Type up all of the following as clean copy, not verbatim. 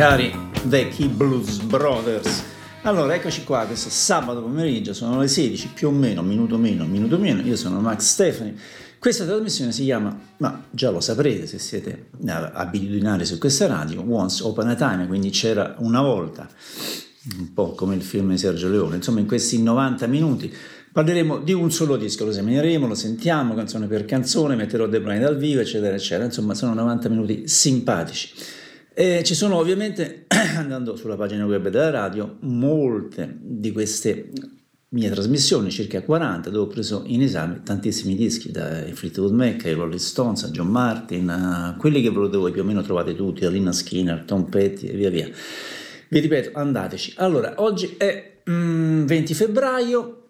Cari vecchi Blues Brothers, allora eccoci qua questo sabato pomeriggio, sono le 16 più o meno, minuto meno, io sono Max Stefani. Questa trasmissione si chiama, ma già lo saprete se siete abitudinari su questa radio, Once Upon a Time, quindi c'era una volta, un po' come il film di Sergio Leone. Insomma, in questi 90 minuti parleremo di un solo disco, lo esamineremo, lo sentiamo canzone per canzone, metterò dei brani dal vivo, eccetera eccetera. Insomma, sono 90 minuti simpatici. Ci sono ovviamente, andando sulla pagina web della radio, molte di queste mie trasmissioni, circa 40, dove ho preso in esame tantissimi dischi, dai Fleetwood Mac ai Rolling Stones a John Martin, a quelli che voi più o meno trovate tutti, da Lynyrd Skynyrd, Tom Petty e via via. Vi ripeto, andateci. Allora, oggi è 20 febbraio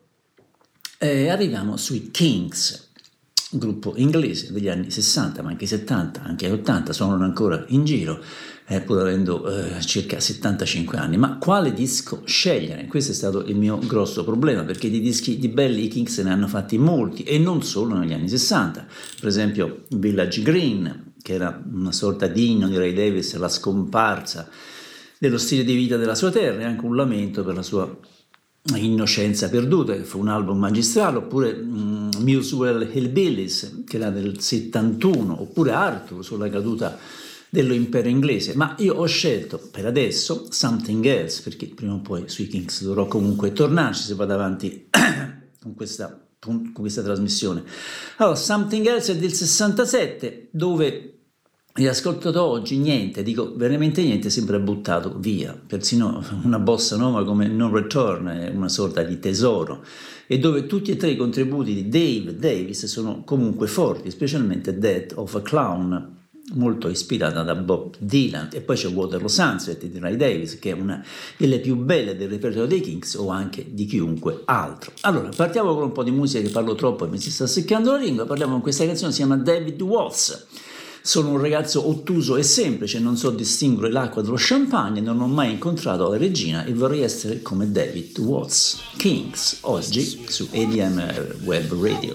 e arriviamo sui Kinks, gruppo inglese degli anni 60, ma anche 70, anche 80, suonano ancora in giro, pur avendo circa 75 anni. Ma quale disco scegliere? Questo è stato il mio grosso problema, perché di dischi di belli i Kinks ne hanno fatti molti, e non solo negli anni 60. Per esempio Village Green, che era una sorta di inno di Ray Davies, la scomparsa dello stile di vita della sua terra, e anche un lamento per la sua innocenza perduta, che fu un album magistrale. Oppure Muswell Hillbillies, che era del 71, oppure Arthur sulla caduta dello impero inglese. Ma io ho scelto per adesso Something Else, perché prima o poi sui Kinks dovrò comunque tornarci se vado avanti con questa trasmissione. Allora, Something Else è del 67, dove io ascoltato oggi niente, dico veramente niente, sembra buttato via. Persino una bossa nova come No Return è una sorta di tesoro, e dove tutti e tre i contributi di Dave Davis sono comunque forti, specialmente Death of a Clown, molto ispirata da Bob Dylan. E poi c'è Waterloo Sunset di Ray Davies, che è una delle più belle del repertorio dei Kinks, o anche di chiunque altro. Allora, partiamo con un po' di musica, che parlo troppo e mi si sta seccando la lingua. Parliamo con questa canzone, si chiama David Watts. Sono un ragazzo ottuso e semplice, non so distinguere l'acqua dallo champagne, non ho mai incontrato la regina e vorrei essere come David Watts. Kinks, oggi su ADMR Web Radio.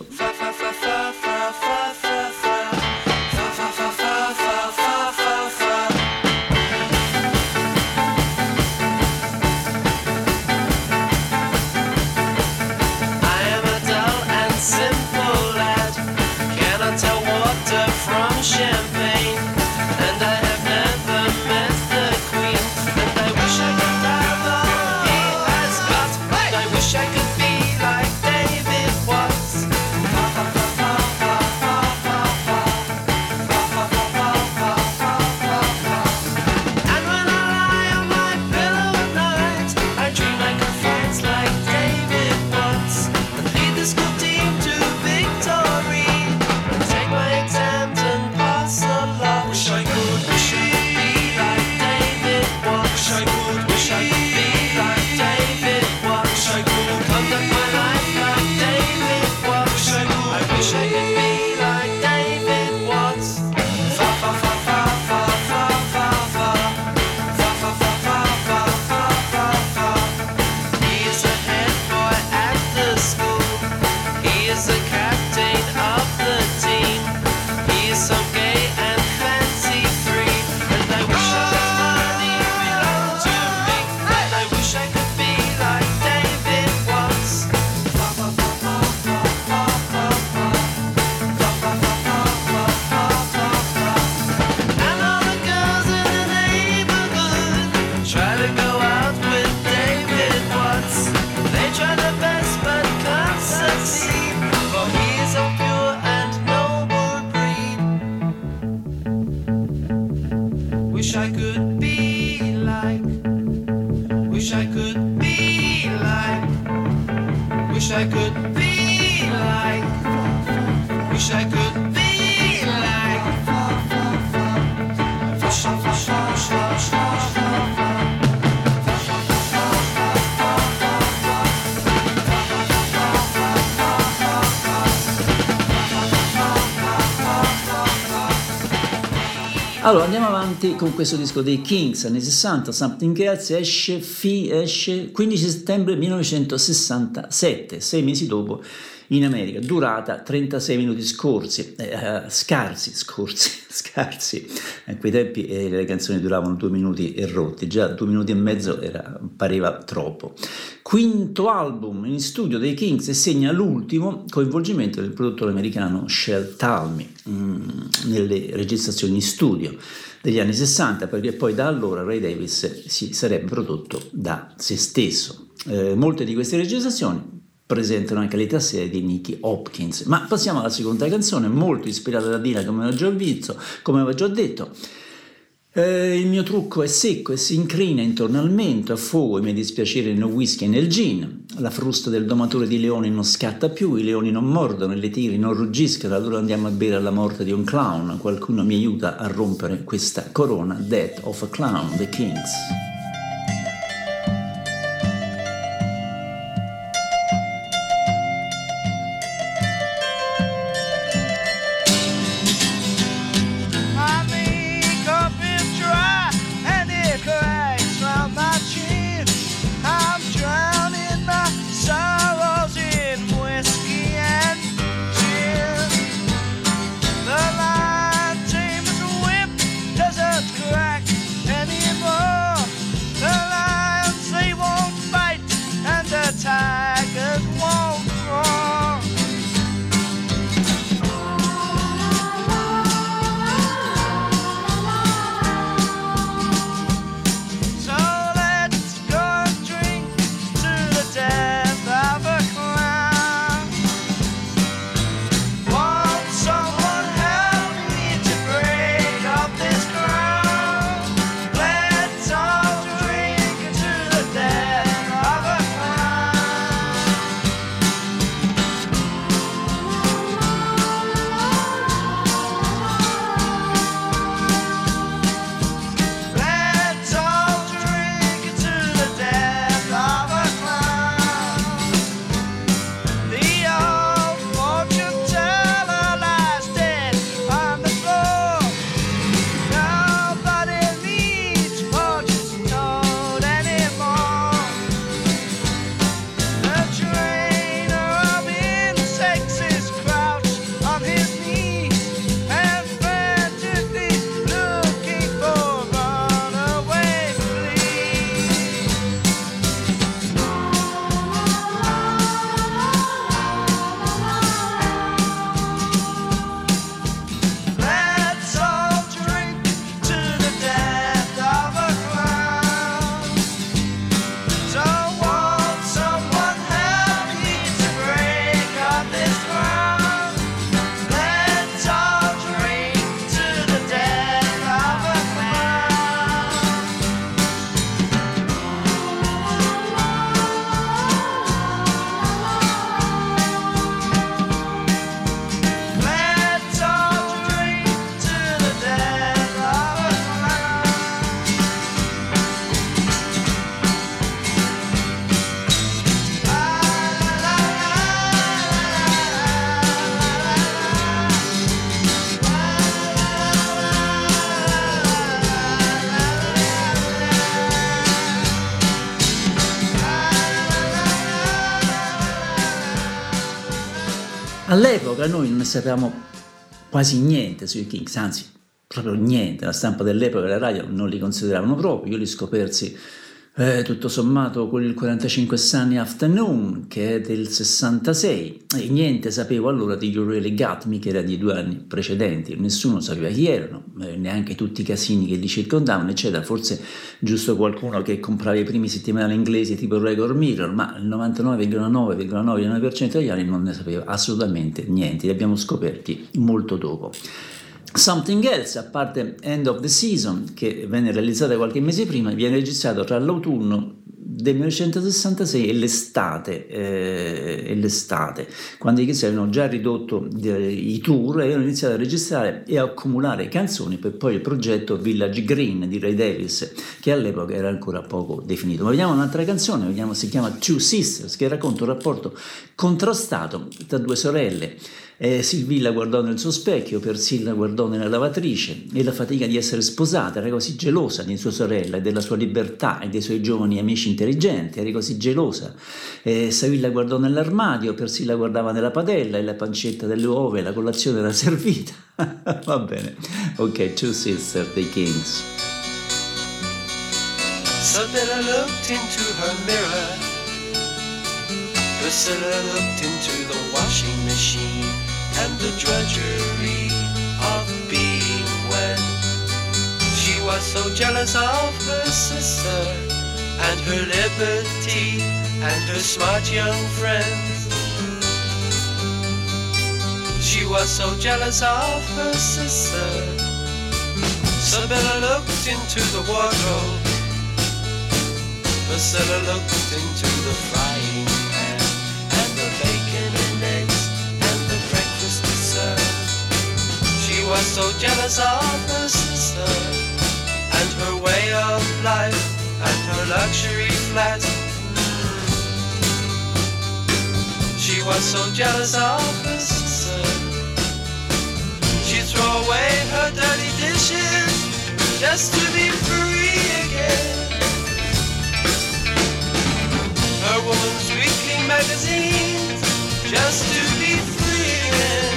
Allora andiamo avanti con questo disco dei Kings, anni 60, Something Else, esce 15 settembre 1967, 6 mesi dopo in America, durata 36 minuti scarsi. A quei tempi le canzoni duravano 2 minuti e rotti, già 2 minuti e mezzo pareva troppo. Quinto album in studio dei Kings e segna l'ultimo coinvolgimento del produttore americano Shel Talmy nelle registrazioni in studio degli anni 60, perché poi da allora Ray Davies si sarebbe prodotto da se stesso. Molte di queste registrazioni presentano anche le tastiere di Nicky Hopkins. Ma passiamo alla seconda canzone, molto ispirata da Dylan, come avevo già detto. Il mio trucco è secco e si incrina intorno al mento, a fuoco i miei dispiaceri nel whisky e nel gin. La frusta del domatore di leoni non scatta più, i leoni non mordono e le tigri non ruggiscono, allora andiamo a bere alla morte di un clown. Qualcuno mi aiuta a rompere questa corona. Death of a Clown, The Kings. All'epoca noi non ne sapevamo quasi niente sui Kings, anzi proprio niente, la stampa dell'epoca e la radio non li consideravano proprio, io li scopersi tutto sommato con il 45 Sunny Afternoon che è del 66 e niente sapevo allora di You Really Got Me che era di 2 anni precedenti, nessuno sapeva chi erano, neanche tutti i casini che li circondavano eccetera, forse giusto qualcuno che comprava i primi settimanali inglesi tipo Record Mirror, ma il 99,9% degli italiani non ne sapeva assolutamente niente, li abbiamo scoperti molto dopo. Something Else, a parte End of the Season, che venne realizzata qualche mese prima, viene registrato tra l'autunno del 1966 e l'estate, quando i Kiss avevano già ridotto i tour e avevano iniziato a registrare e a accumulare canzoni per poi il progetto Village Green di Ray Davies, che all'epoca era ancora poco definito. Ma vediamo un'altra canzone, si chiama Two Sisters, che racconta un rapporto contrastato tra 2 sorelle Sylvie la guardò nel suo specchio, Persil la guardò nella lavatrice, e la fatica di essere sposata, era così gelosa di sua sorella e della sua libertà e dei suoi giovani amici intelligenti, era così gelosa. Sylvie la guardò nell'armadio, Persil la guardava nella padella e la pancetta delle uova e la colazione era servita. Va bene, ok, Two Sisters dei Kings. Isabella looked into her mirror. Priscilla looked into the washing machine and the drudgery of being wed. She was so jealous of her sister and her liberty and her smart young friends. She was so jealous of her sister. Isabella looked into the wardrobe. Priscilla looked into the frying pan and the bacon and eggs and the breakfast dessert. She was so jealous of her sister and her way of life and her luxury flat. She was so jealous of her sister. She'd throw away her dirty dishes just to be free again. Her woman's weekly magazines, just to be free again.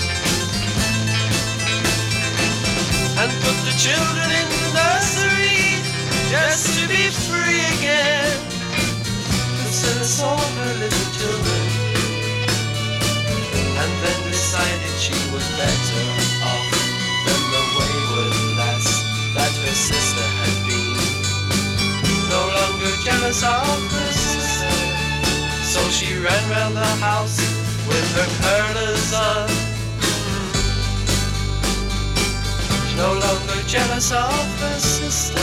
And put the children in the nursery, just to be free again. Priscilla saw her little children, and then decided she was better off than the wayward lass that her sister had been. No longer jealous of her sister, so she ran round the house with her curlers on. No longer jealous of her sister.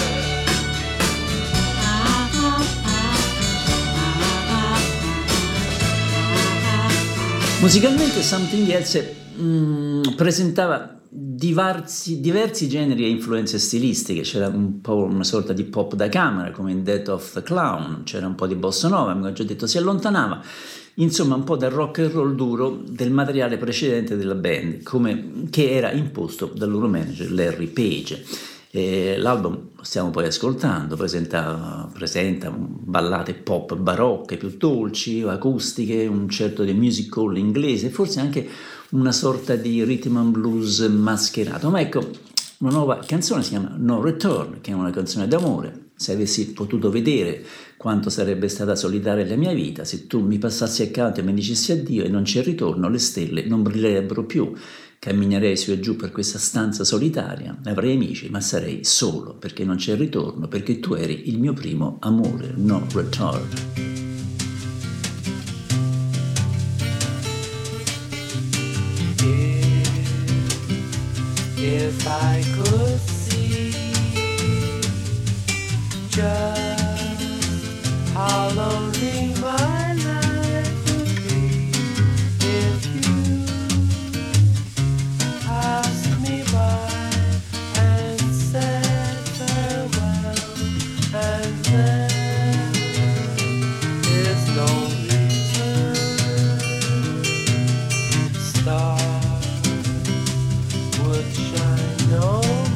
Musicalmente Something Else presentava diversi generi e influenze stilistiche. C'era un po' una sorta di pop da camera come in Death of the Clown, c'era un po' di bossa nova, come ho già detto, si allontanava insomma un po' dal rock and roll duro del materiale precedente della band, che era imposto dal loro manager Larry Page. L'album lo stiamo poi ascoltando, presenta ballate pop barocche più dolci, acustiche, un certo di music hall inglese, forse anche una sorta di rhythm and blues mascherato. Ma ecco, una nuova canzone si chiama No Return, che è una canzone d'amore. Se avessi potuto vedere quanto sarebbe stata solitaria la mia vita, se tu mi passassi accanto e mi dicessi addio e non c'è il ritorno, le stelle non brillerebbero più. Camminerei su e giù per questa stanza solitaria, avrei amici, ma sarei solo, perché non c'è il ritorno, perché tu eri il mio primo amore. No Return. If I could see just how lonely my life would be if you passed me by and said farewell, and then there's no return. Stars would shine no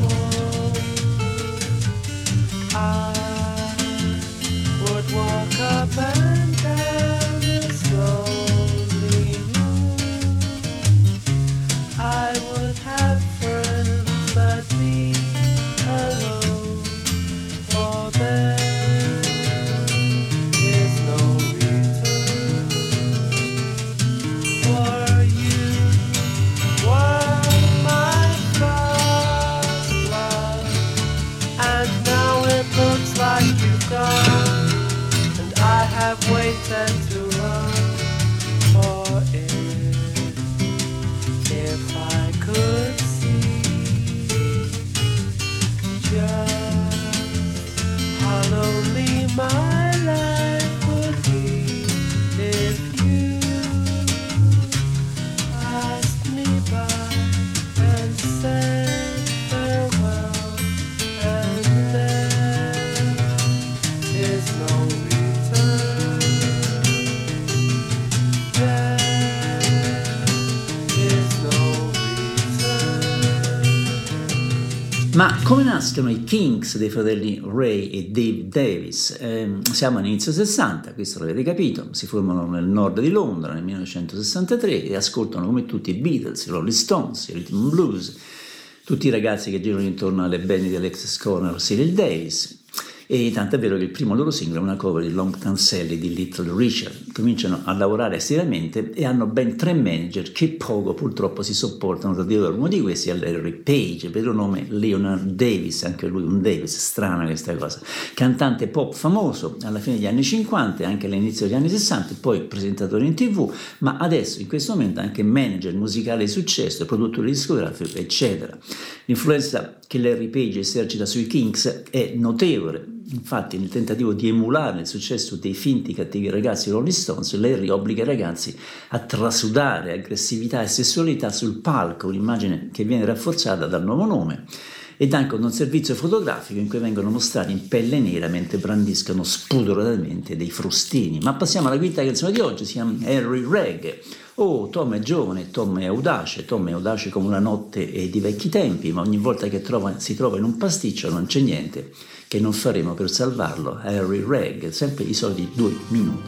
Ma come nascono i Kinks dei fratelli Ray e Dave Davis? Siamo all'inizio 60, questo l'avete capito, si formano nel nord di Londra nel 1963 e ascoltano come tutti i Beatles, i Rolling Stones, i Rhythm and Blues, tutti i ragazzi che girano intorno alle band di Alexis Corner o Cyril Davis. E tanto è vero che il primo loro singolo è una cover di Long Tom Sally di Little Richard. Cominciano a lavorare seriamente e hanno ben 3 manager che poco purtroppo si sopportano tra di loro. Uno di questi è Larry Page, vero nome Leonard Davis, anche lui un Davis, strana questa cosa, cantante pop famoso alla fine degli anni 50 e anche all'inizio degli anni 60, poi presentatore in TV, ma adesso in questo momento anche manager musicale di successo, produttore discografico, eccetera. L'influenza che Larry Page esercita sui Kinks è notevole. Infatti, nel tentativo di emulare il successo dei finti cattivi ragazzi Rolling Stones, Larry obbliga i ragazzi a trasudare aggressività e sessualità sul palco, un'immagine che viene rafforzata dal nuovo nome, ed anche un servizio fotografico in cui vengono mostrati in pelle nera mentre brandiscono spudoratamente dei frustini. Ma passiamo alla quinta canzone di oggi, si chiama Harry Rag. Oh, Tom è giovane, Tom è audace come una notte di vecchi tempi, ma ogni volta che si trova in un pasticcio non c'è niente che non faremo per salvarlo. Harry Rag, sempre i soliti 2 minuti.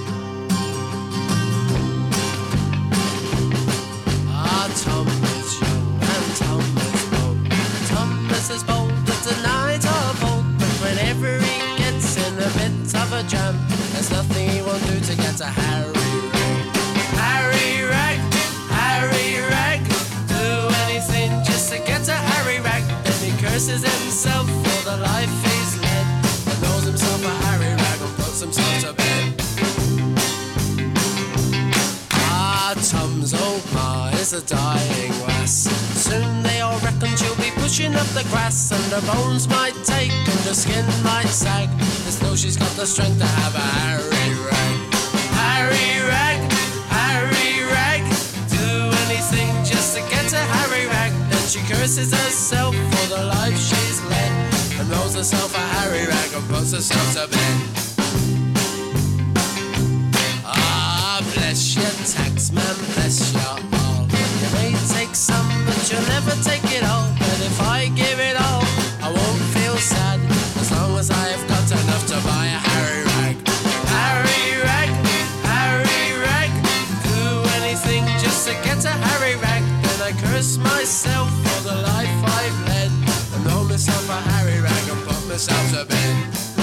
Ah, Tom is young and Tom is bold. Tom is as bold as the night of old. But whenever he gets in a bit of a jam, there's nothing he won't do to get to Harry Rag. Harry Rag, Harry Rag, do anything just to get to Harry Rag. Then he curses himself for the life he's led, and knows himself a Harry Rag and puts himself to bed. Ah, Tom's old ma is a dying lass. Soon they all reckon she'll be pushing up the grass, and her bones might take and her skin might sag. As though she's got the strength to have a Harry Rag. Harry Rag, Harry Rag, do anything just to get to Harry Rag. Then she curses herself for the life she's led, and rolls herself a Harry Rag and puts herself to bed. Ah, bless your taxman, bless your all. You may take some, but you'll never take it all. But if I give it all, I won't feel sad, as long as I have got enough to buy a Harry Rag. Harry Rag, Harry Rag, do anything just to get a Harry Rag. Then I curse myself for the life I've led, and roll myself a Harry Rag and put myself to bed.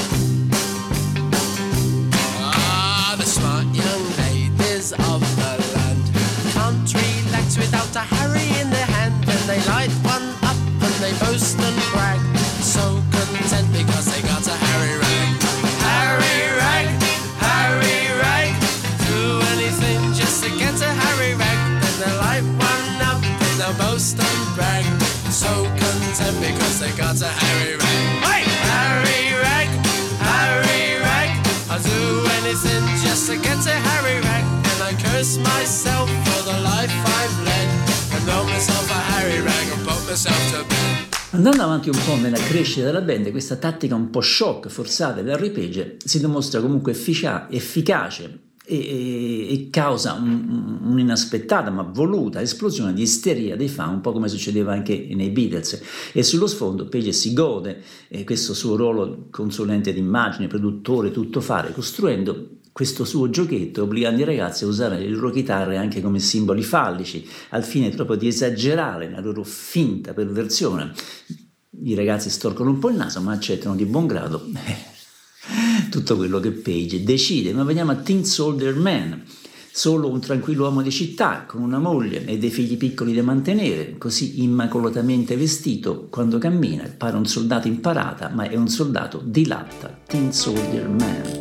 Ah, the smart young ladies of the land can't relax without a Harry in their hand, and they light one up and they boast and brag, so content because they got a Harry Rag. Harry Rag, Harry Rag, do anything just to get a Harry Rag. Then they light one up and they'll boast and brag, so content because they got a Harry Rag. Hey! Harry Rag, Harry Rag, I'll do anything just to get a Harry Rag. And I curse myself for the life I've led, and roll myself a Harry Rag and put myself to bed. Andando avanti un po' nella crescita della band, questa tattica un po' shock, forzata da Larry Page si dimostra comunque efficace e causa un'inaspettata ma voluta esplosione di isteria dei fan, un po' come succedeva anche nei Beatles. E sullo sfondo Page si gode questo suo ruolo consulente d'immagine, produttore, tuttofare, costruendo questo suo giochetto, obbligando i ragazzi a usare le loro chitarre anche come simboli fallici, al fine proprio di esagerare la loro finta perversione. I ragazzi storcono un po' il naso, ma accettano di buon grado tutto quello che Page decide. Ma veniamo a Tin Soldier Man, solo un tranquillo uomo di città con una moglie e dei figli piccoli da mantenere, così immacolatamente vestito quando cammina, pare un soldato in parata, ma è un soldato di latta. Tin Soldier Man.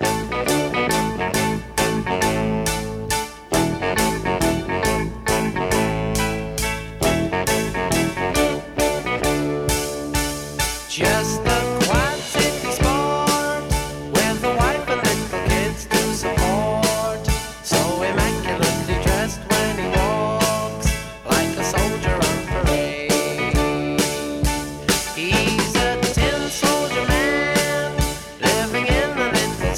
Just a quiet city sport, with a wife and little kids to support. So immaculately dressed when he walks, like a soldier on parade. He's a tin soldier man, living in a little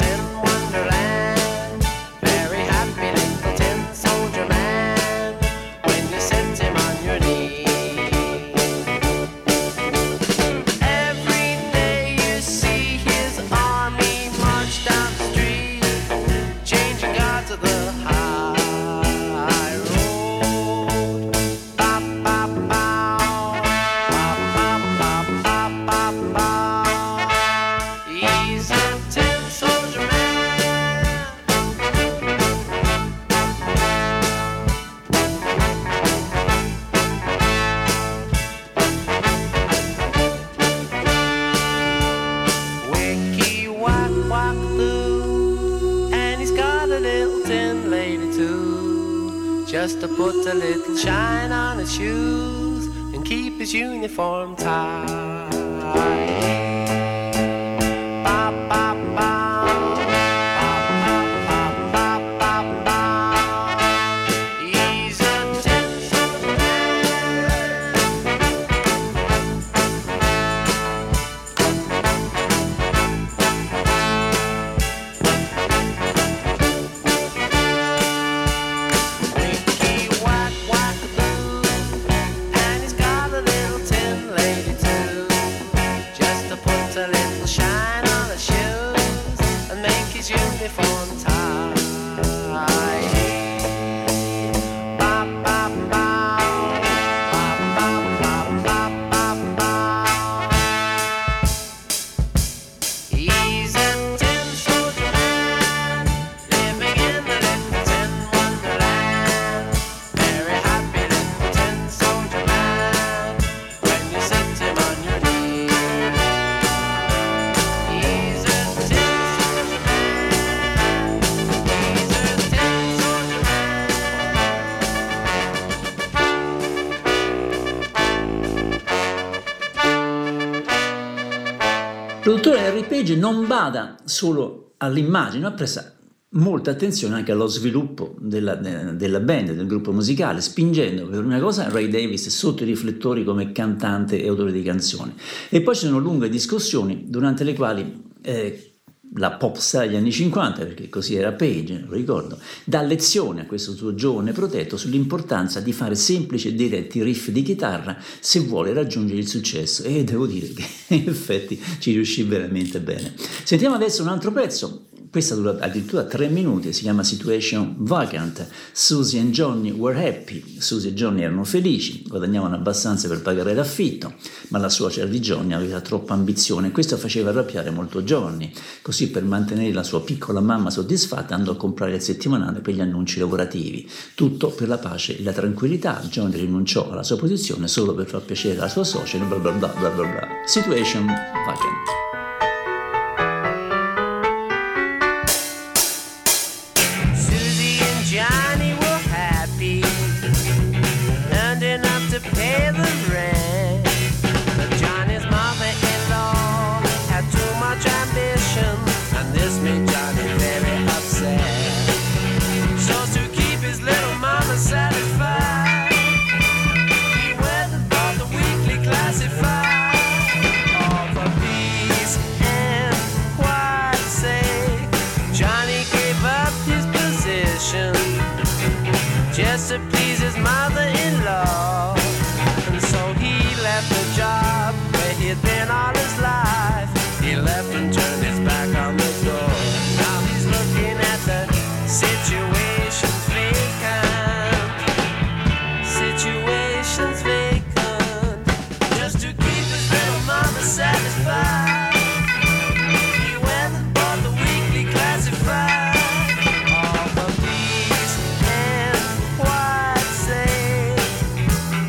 just to put a little shine on his shoes and keep his uniform tight. Ba, ba, ba. Il produttore Larry Page non bada solo all'immagine, ma presta molta attenzione anche allo sviluppo della band, del gruppo musicale, spingendo per una cosa Ray Davies sotto i riflettori come cantante e autore di canzoni. E poi ci sono lunghe discussioni durante le quali la pop star degli anni 50, perché così era Page, lo ricordo, dà lezione a questo suo giovane protetto sull'importanza di fare semplici e diretti riff di chitarra se vuole raggiungere il successo, e devo dire che in effetti ci riuscì veramente bene. Sentiamo adesso un altro pezzo. Questa dura addirittura 3 minuti, si chiama Situation Vacant. Susie and Johnny were happy. Susie e Johnny erano felici, guadagnavano abbastanza per pagare l'affitto, ma la suocera di Johnny aveva troppa ambizione e questo faceva arrabbiare molto Johnny. Così, per mantenere la sua piccola mamma soddisfatta, andò a comprare il settimanale per gli annunci lavorativi. Tutto per la pace e la tranquillità. Johnny rinunciò alla sua posizione solo per far piacere alla sua suocera, bla bla bla bla bla bla. Situation Vacant. Johnny were happy, earned enough to pay the rent. But Johnny's mother-in-law had too much ambition, and this made Johnny very upset. So to keep his little mama satisfied, he went and bought the weekly classified. All for peace and quiet's sake, Johnny gave up his position just to please his mother-in-law. And so he left the job where he'd been all his life. He left and turned his back on the door. Now he's looking at the situation's vacant. Situation's vacant. Just to keep his little mama satisfied, he went and bought the weekly classified. All for peace and quiet's sake,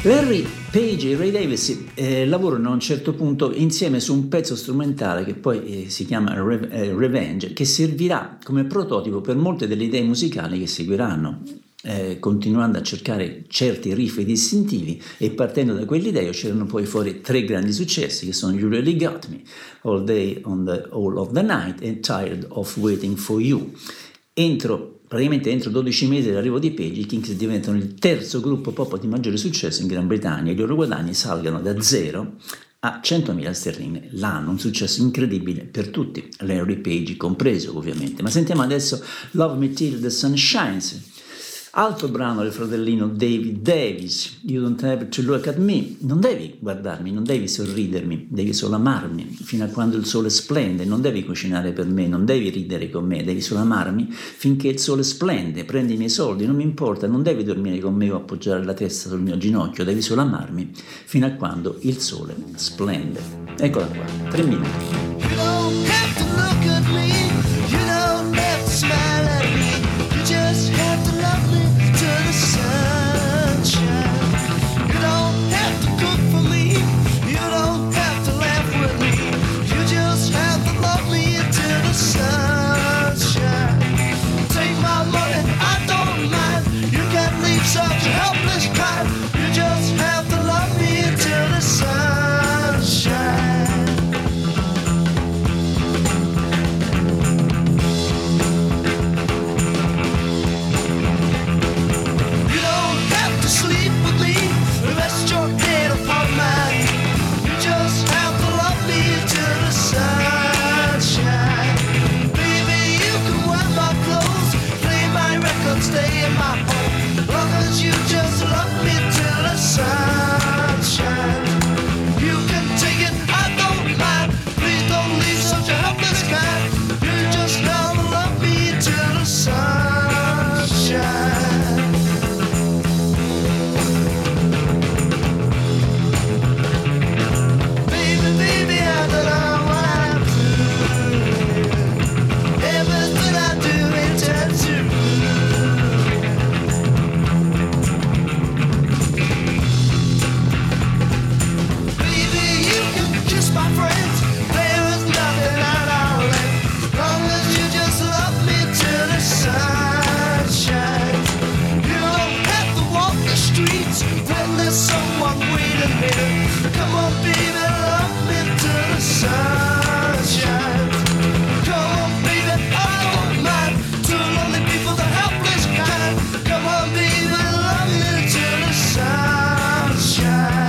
Larry Page e Ray Davis lavorano a un certo punto insieme su un pezzo strumentale che poi si chiama Revenge, che servirà come prototipo per molte delle idee musicali che seguiranno. Continuando a cercare certi riff distintivi e partendo da quell'idea c'erano poi fuori 3 grandi successi che sono You Really Got Me, All Day on the All of the Night e Tired of Waiting for You. Praticamente entro 12 mesi dall'arrivo di Page, i Kinks diventano il terzo gruppo pop di maggiore successo in Gran Bretagna e i loro guadagni salgono da 0 a 100.000 sterline l'anno, un successo incredibile per tutti, Larry Page compreso ovviamente. Ma sentiamo adesso Love Me Till the Sun Shines, altro brano del fratellino David Davis, You Don't Have to Look at Me, non devi guardarmi, non devi sorridermi, devi solo amarmi fino a quando il sole splende, non devi cucinare per me, non devi ridere con me, devi solo amarmi finché il sole splende, prendi i miei soldi, non mi importa, non devi dormire con me o appoggiare la testa sul mio ginocchio, devi solo amarmi fino a quando il sole splende. Eccola qua, 3 minuti. You don't have to look at me, you don't have to smile at me, you just have to love me till the sunshine. You don't have to cook for me, you don't have to laugh with me, you just have to love me till the sunshine. Take my money, I don't mind, you can't leave such a helpless kind, you just have to love me till the sunshine. Stay in my home, long as you just love me till the sunshine. You can take it, I don't mind. Please don't leave such a helpless kind. You just gotta love me till the sunshine. Baby, baby, I don't know what I'm doing. Everything I do intends to. My friends, there is nothing at all left, long as you just love me till the sunshine. You don't have to walk the streets when there's someone waiting there. Come on, baby, love me till the sunshine. Come on, baby, I don't mind. Two lonely people, the helpless kind. Come on, baby, love me till the sunshine.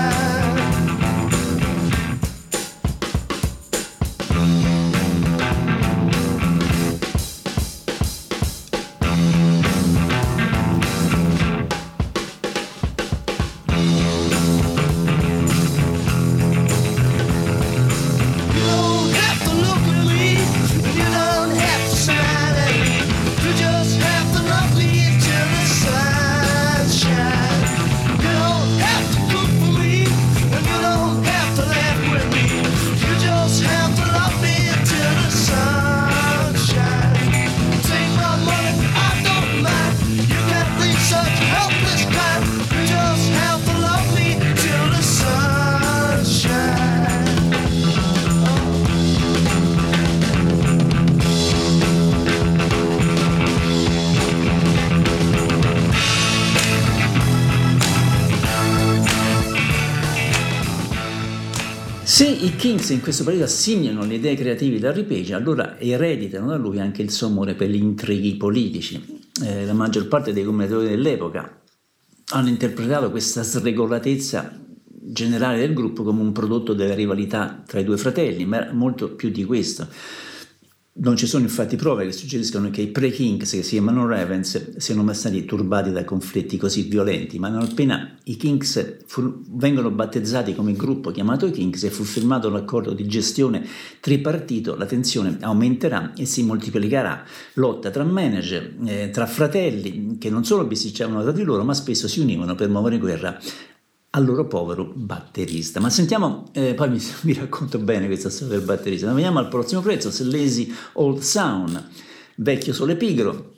Se i Kinks in questo periodo assimilano le idee creative da Larry Page, allora ereditano da lui anche il suo amore per gli intrighi politici. La maggior parte dei commentatori dell'epoca hanno interpretato questa sregolatezza generale del gruppo come un prodotto della rivalità tra i due fratelli, ma molto più di questo. Non ci sono infatti prove che suggeriscono che i pre-Kinks, che si chiamano Ravens, siano mai stati turbati da conflitti così violenti, ma non appena i Kinks vengono battezzati come gruppo chiamato Kinks e fu firmato l'accordo di gestione tripartito, la tensione aumenterà e si moltiplicherà. Lotta tra manager, tra fratelli che non solo bisticciavano tra di loro, ma spesso si univano per muovere guerra al loro povero batterista. Ma sentiamo, poi vi racconto bene questa storia del batterista. Ma veniamo al prossimo pezzo, Lazy Old Sound, Vecchio Sole Pigro,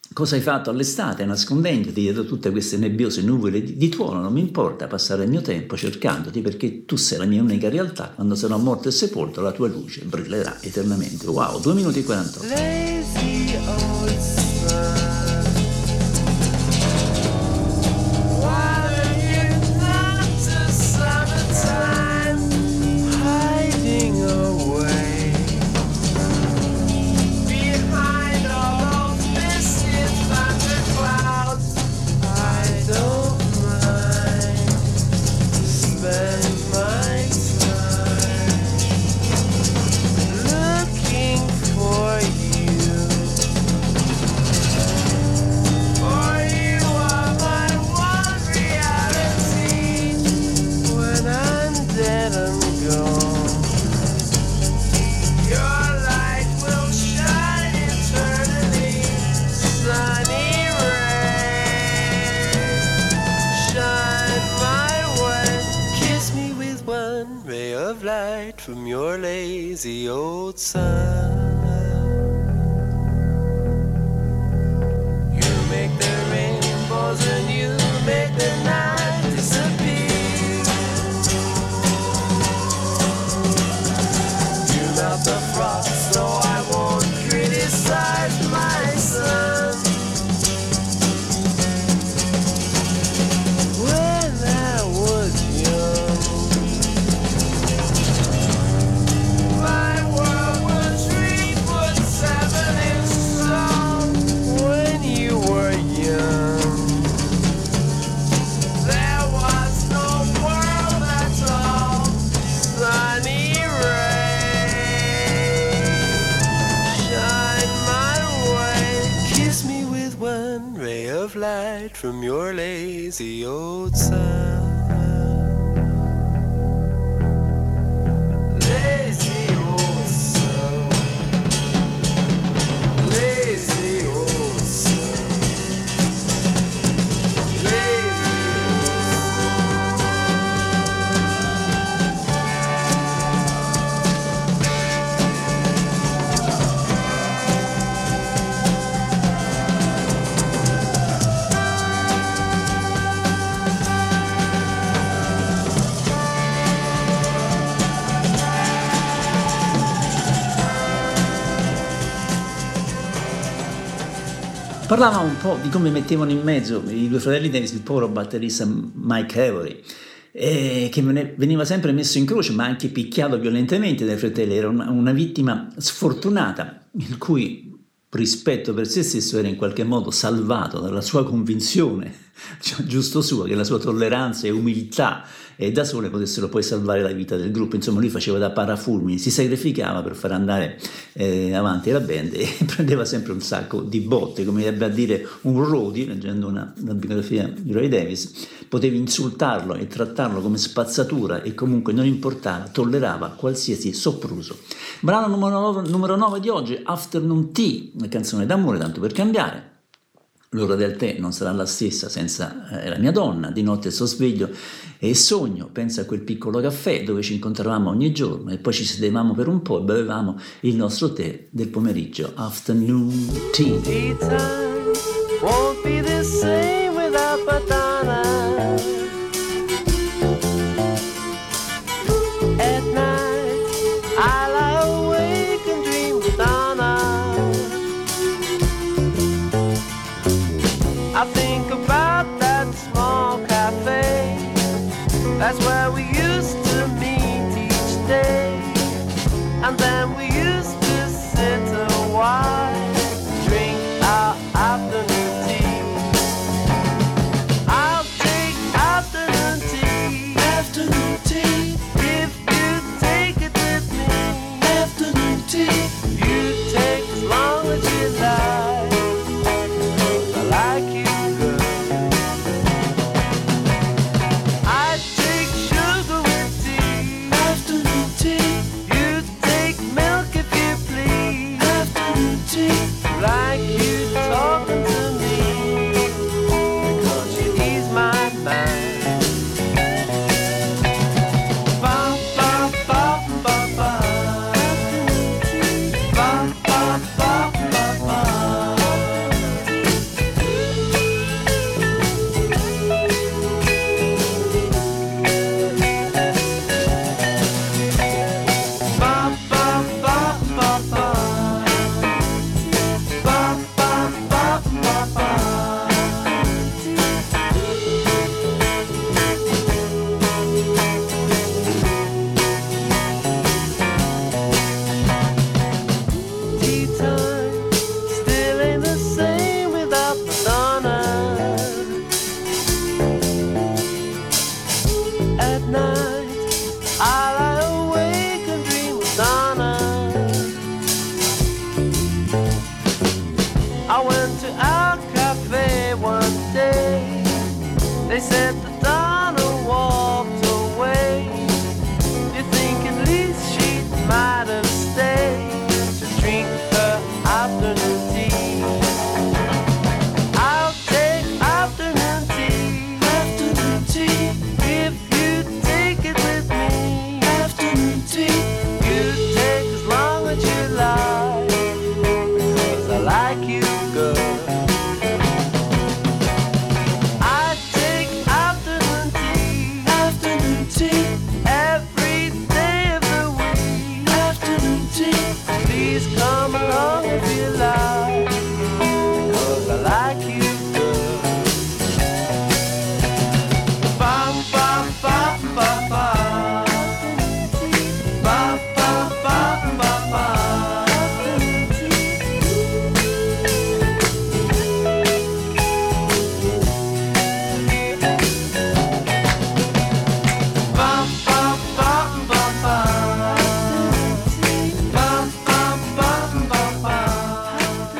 Cosa hai fatto all'estate nascondendoti dietro tutte queste nebbiose nuvole di tuono? Non mi importa passare il mio tempo cercandoti, perché tu sei la mia unica realtà. Quando sarò morto e sepolto la tua luce brillerà eternamente. Wow, 2 minuti e 48. Lazy old sun. Why are you not to summertime hiding away behind all those misty thunderclouds? I don't mind spend my time looking for you. For you are my one reality when I'm dead and gone. Your light will shine eternally, sunny ray. Shine my way, kiss me with one ray of light from your lazy old sun. You make the rainbows and you make the night disappear. You melt the frost so I won't criticize my son. When I was young, my world was 3'7" tall. When you were young, there was no world at all. Sunny ray, shine my way. Kiss me with one ray of light from your lazy old sun. Lazy old sun. Lazy old sun. Lazy Parlava un po' di come mettevano in mezzo i due fratelli Davis, il povero batterista Mike Avery, che veniva sempre messo in croce, ma anche picchiato violentemente dai fratelli. Era una vittima sfortunata, il cui rispetto per se stesso era in qualche modo salvato dalla sua convinzione, cioè, giusto sua, che la sua tolleranza e umiltà da sole potessero poi salvare la vita del gruppo. Insomma, lui faceva da parafulmine, si sacrificava per far andare avanti la band e prendeva sempre un sacco di botte, come ebbe a dire un roadie, leggendo una biografia di Ray Davis. Potevi insultarlo e trattarlo come spazzatura e comunque non importava, tollerava qualsiasi sopruso. Brano numero 9 di oggi, Afternoon Tea, una canzone d'amore, tanto per cambiare. L'ora del tè non sarà la stessa senza la mia donna. Di notte sto sveglio e sogno, penso a quel piccolo caffè dove ci incontravamo ogni giorno e poi ci sedevamo per un po' e bevevamo il nostro tè del pomeriggio. Afternoon Tea. Tea time won't be the same without Madonna. At night I lie awake and dream of Donna. I think about that small cafe. That's where we used to meet each day. And then we used to sit a while, drink our afternoon tea. I'll take afternoon tea. Afternoon tea. If you take it with me. Afternoon tea. You take as long as you like. I like you. Like you talking to me, because you ease my mind. Ba ba ba ba ba. Ba ba ba ba ba.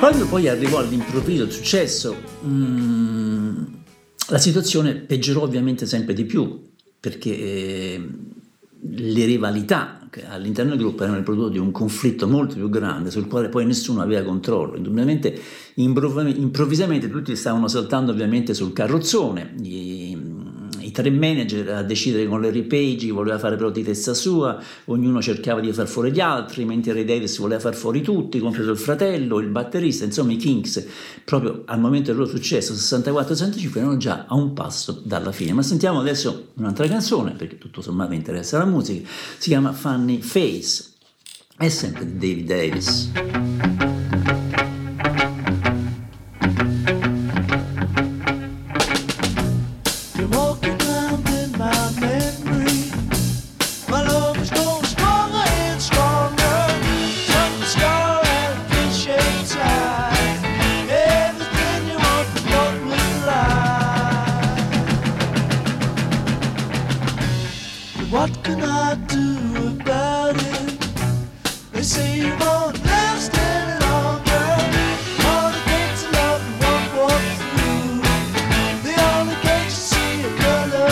Quando poi arrivò all'improvviso il successo, la situazione peggiorò ovviamente sempre di più, perché le rivalità all'interno del gruppo erano il prodotto di un conflitto molto più grande sul quale poi nessuno aveva controllo. Indubbiamente, improvvisamente tutti stavano saltando ovviamente sul carrozzone, i tre manager a decidere con Larry Page chi voleva fare però di testa sua, ognuno cercava di far fuori gli altri, mentre Ray Davies voleva far fuori tutti, compreso il fratello, il batterista, insomma i Kinks, proprio al momento del loro successo, 64-65, erano già a un passo dalla fine. Ma sentiamo adesso un'altra canzone, perché tutto sommato interessa la musica, si chiama Funny Face, è sempre di David Davis. What can I do about it? They say you won't last any longer. All the gates are locked and won't walk through. The only gate you see a color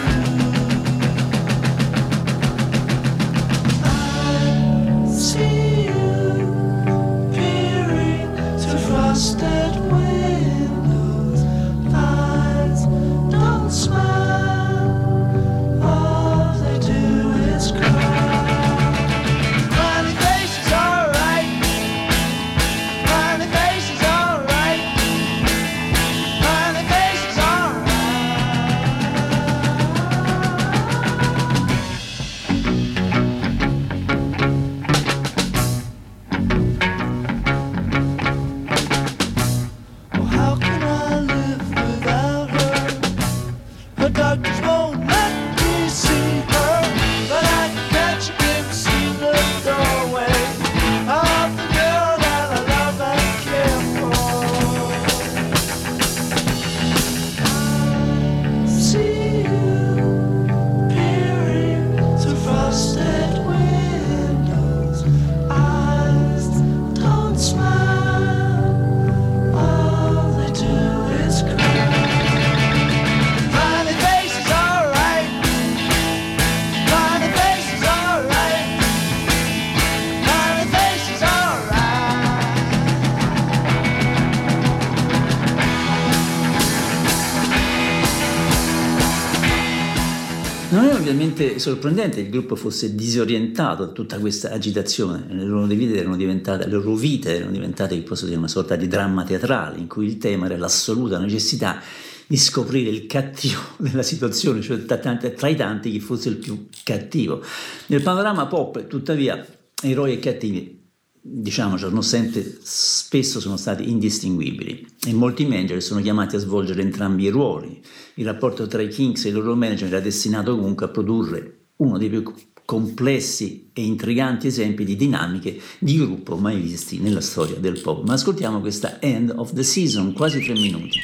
through. I see you peering through frosted windows. Eyes don't smile. Non è ovviamente sorprendente che il gruppo fosse disorientato da tutta questa agitazione. Le loro vite erano diventate, che posso dire, una sorta di dramma teatrale in cui il tema era l'assoluta necessità di scoprire il cattivo della situazione, cioè tra i tanti chi fosse il più cattivo. Nel panorama pop, tuttavia, eroi e cattivi, diciamoci, spesso sono stati indistinguibili e molti manager sono chiamati a svolgere entrambi i ruoli. Il rapporto tra i Kinks e i loro manager era destinato comunque a produrre uno dei più complessi e intriganti esempi di dinamiche di gruppo mai visti nella storia del pop. Ma ascoltiamo questa End of the Season, quasi 3 minuti.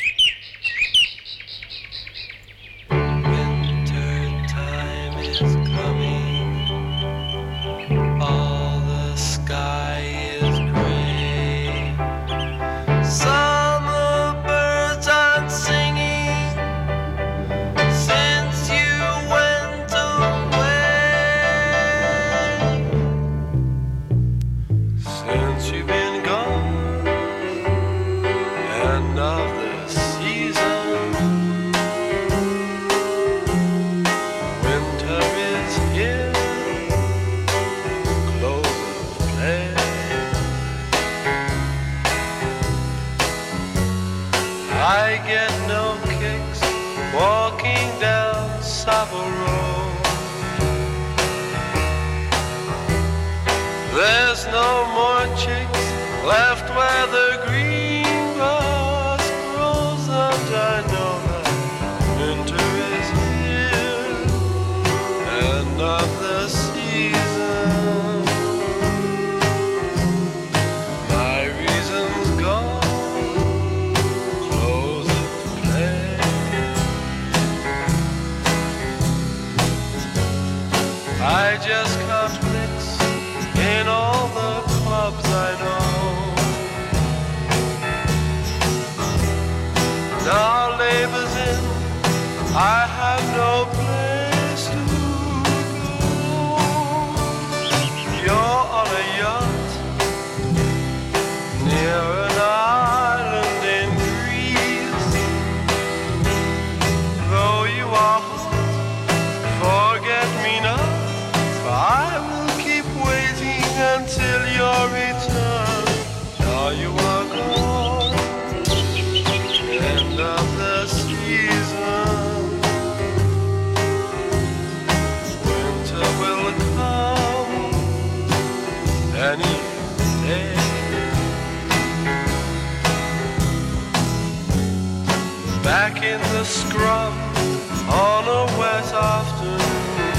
There's no more chicks left where the green grass grows, and I know that winter is here, end of the season. My reason's gone, close of play. I just can't mix in all the clubs I know. I have no place to go. You're on a yacht near an island in Greece. Though you are forget me not, I will keep waiting until your return. Now you are gone, end of the season. Winter will come any day. Back in the scrub on a wet afternoon,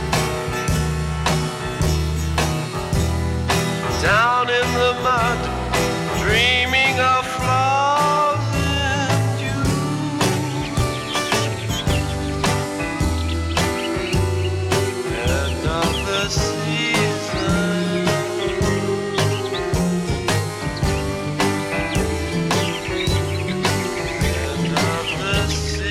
down in the mud, dreaming of flowers in June. End of the season. End of the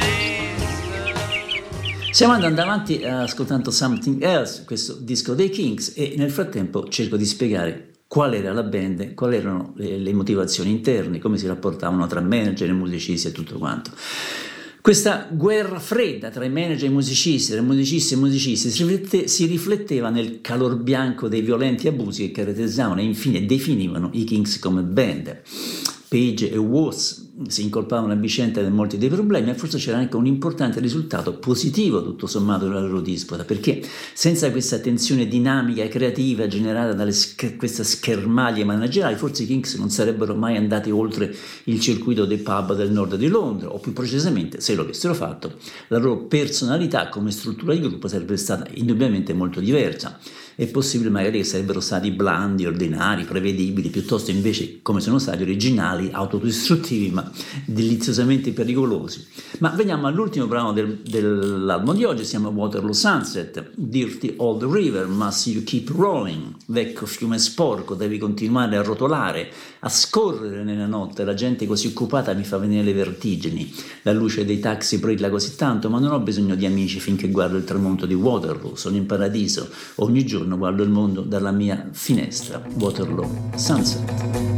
season. Stiamo andando avanti ascoltando Something Else, questo disco dei Kings, e nel frattempo cerco di spiegare qual era la band, quali erano le motivazioni interne, come si rapportavano tra manager e musicisti e tutto quanto. Questa guerra fredda tra i manager e i musicisti, tra musicisti e musicisti, si rifletteva nel calor bianco dei violenti abusi che caratterizzavano e infine definivano i Kings come band. Page e Watts si incolpavano a vicenda di molti dei problemi, ma forse c'era anche un importante risultato positivo tutto sommato della loro disputa, perché senza questa tensione dinamica e creativa generata da questa schermaglie manageriali, forse i Kings non sarebbero mai andati oltre il circuito dei pub del nord di Londra, o più precisamente, se lo avessero fatto, la loro personalità come struttura di gruppo sarebbe stata indubbiamente molto diversa. È possibile magari che sarebbero stati blandi, ordinari, prevedibili, piuttosto invece come sono stati originali, autodistruttivi, ma deliziosamente pericolosi. Ma veniamo all'ultimo brano dell'album di oggi, siamo a Waterloo Sunset. Dirty Old River, Must You Keep Rolling, vecchio fiume sporco, devi continuare a rotolare, a scorrere nella notte, la gente così occupata mi fa venire le vertigini, la luce dei taxi brilla così tanto, ma non ho bisogno di amici finché guardo il tramonto di Waterloo, sono in paradiso, ogni giorno guardo il mondo dalla mia finestra. Waterloo Sunset.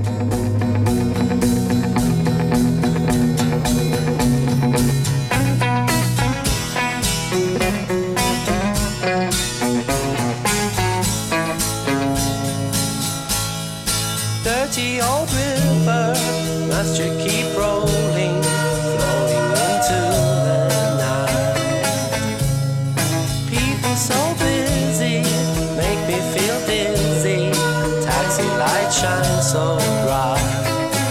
30 old river, must you keep rolling, flowing into the night. People so busy, make me feel dizzy, taxi lights shine so bright.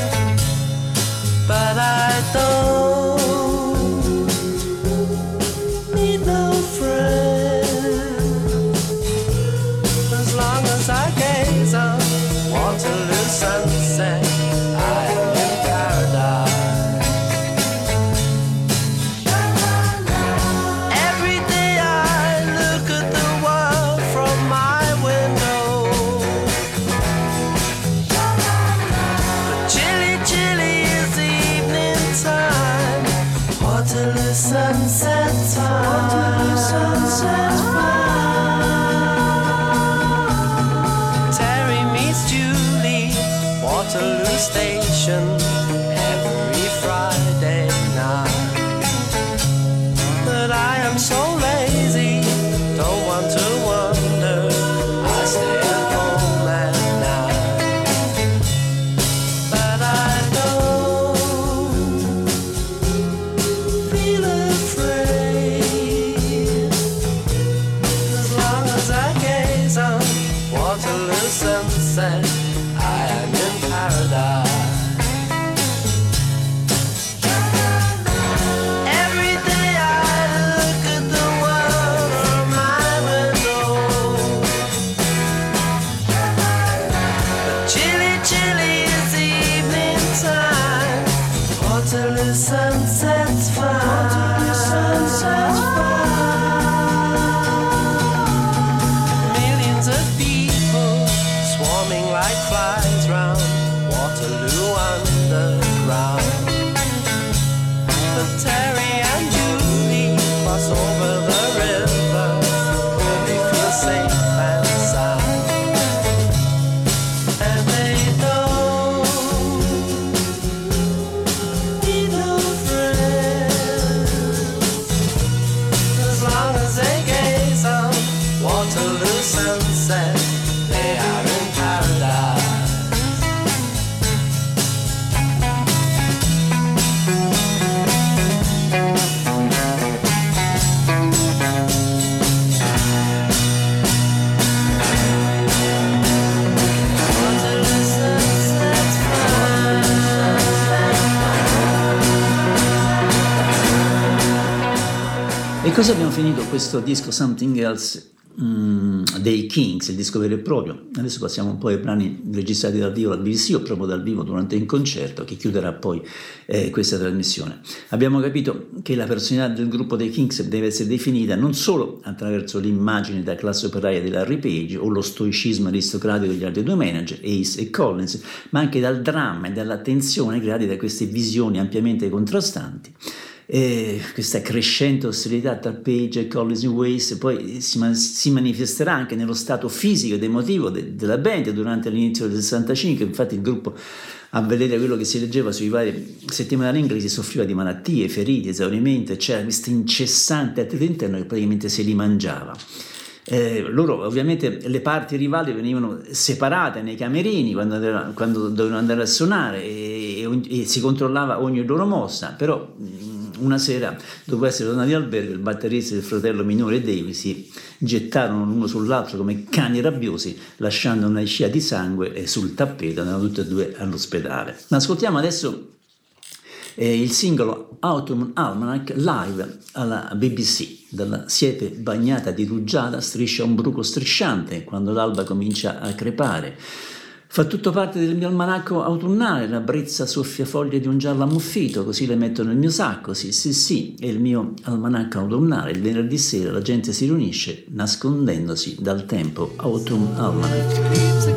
But I don't need no friend, as long as I gaze on Waterloo sunset, I am in paradise. Every day I look at the world from my window, but chilly, chilly is the evening time. Waterloo sunset time. Waterloo sunset time. Waterloo Station every Friday night. But I am so lazy, don't want to wander, I stay at home at night. But I don't feel afraid, as long as I gaze on Waterloo sunset, I am in paradise. Every day I look at the world from my window, but chilly, chilly is the evening time. Waterloo sunset's fine. Waterloo sunset's fine. Millions of people swarming like flies round Waterloo underground. But Terry and Julie E così abbiamo finito questo disco Something Else dei Kings, il disco vero e proprio. Adesso passiamo un po' ai brani registrati dal vivo al BBC o proprio dal vivo durante un concerto che chiuderà poi questa trasmissione. Abbiamo capito che la personalità del gruppo dei Kings deve essere definita non solo attraverso l'immagine da classe operaia di Larry Page o lo stoicismo aristocratico degli altri due manager, Ace e Collins, ma anche dal dramma e dalla tensione creati da queste visioni ampiamente contrastanti. Questa crescente ostilità tra Page e Collins in Ways poi si manifesterà anche nello stato fisico ed emotivo della band durante l'inizio del 65. Infatti il gruppo, a vedere quello che si leggeva sui vari settimanali inglesi, soffriva di malattie, ferite, esaurimento, e c'era questo incessante attrito interno che praticamente se li mangiava. Loro ovviamente, le parti rivali venivano separate nei camerini quando dovevano andare a suonare e si controllava ogni loro mossa, però una sera, dopo essere tornati all'albergo, il batterista e il fratello minore Dave si gettarono l'uno sull'altro come cani rabbiosi, lasciando una scia di sangue sul tappeto. Andavano tutti e due all'ospedale. Ma ascoltiamo adesso il singolo Autumn Almanac live alla BBC. Dalla siepe bagnata di rugiada striscia un bruco strisciante quando l'alba comincia a crepare. Fa tutto parte del mio almanacco autunnale, la brezza soffia foglie di un giallo ammuffito, così le metto nel mio sacco, sì, è il mio almanacco autunnale. Il venerdì sera la gente si riunisce nascondendosi dal tempo. Autumn Almanac.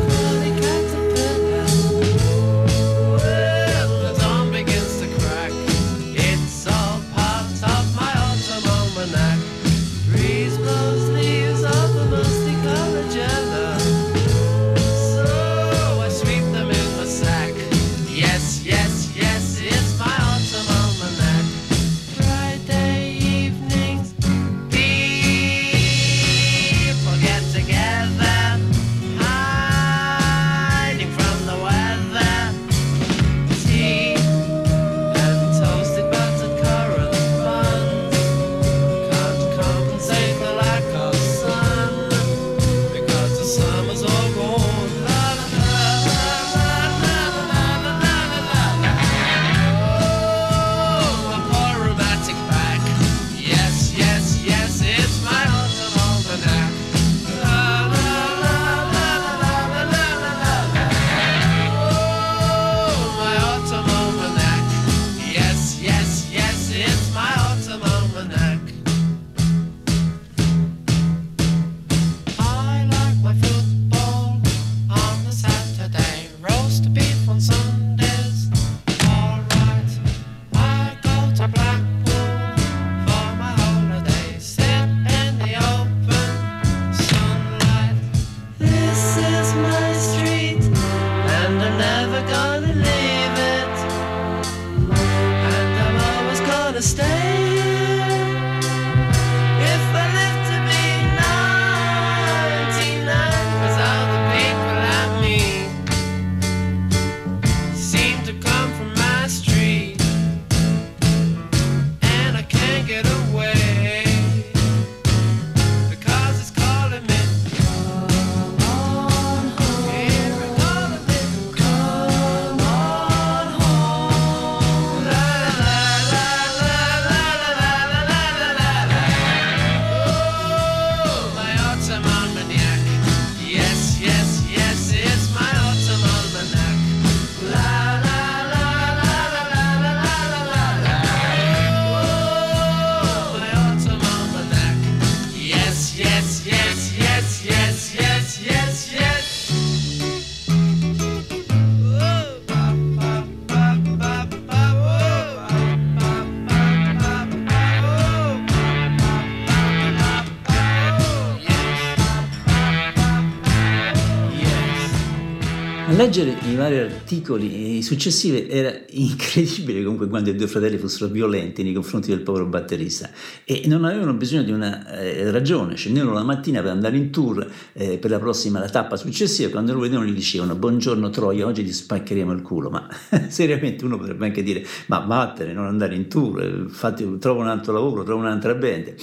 Leggere i vari articoli successivi era incredibile comunque quando i due fratelli fossero violenti nei confronti del povero batterista e non avevano bisogno di una ragione. Scendevano la mattina per andare in tour per la tappa successiva, quando lo vedevano gli dicevano: buongiorno Troia, oggi ti spaccheremo il culo. Ma seriamente uno potrebbe anche dire: ma vattene, non andare in tour, infatti trova un altro lavoro, trova un'altra band.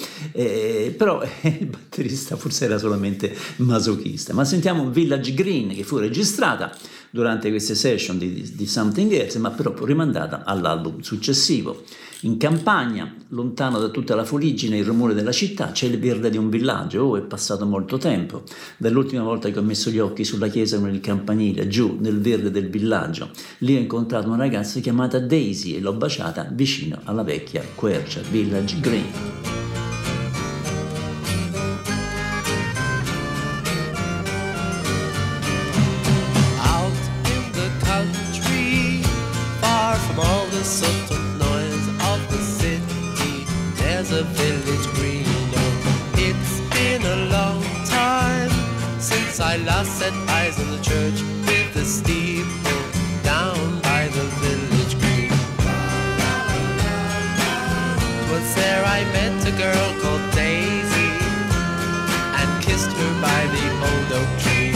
Però il batterista forse era solamente masochista. Ma sentiamo Village Green, che fu registrata durante queste session di Something Else, ma però rimandata all'album successivo. In campagna, lontano da tutta la fuliggine e il rumore della città, c'è il verde di un villaggio. Oh, è passato molto tempo dall'ultima volta che ho messo gli occhi sulla chiesa con il campanile, giù nel verde del villaggio. Lì ho incontrato una ragazza chiamata Daisy e l'ho baciata vicino alla vecchia quercia Village Green. A village green. It's been a long time since I last set eyes on the church with the steeple down by the village green. 'Twas there I met a girl called Daisy and kissed her by the old oak tree.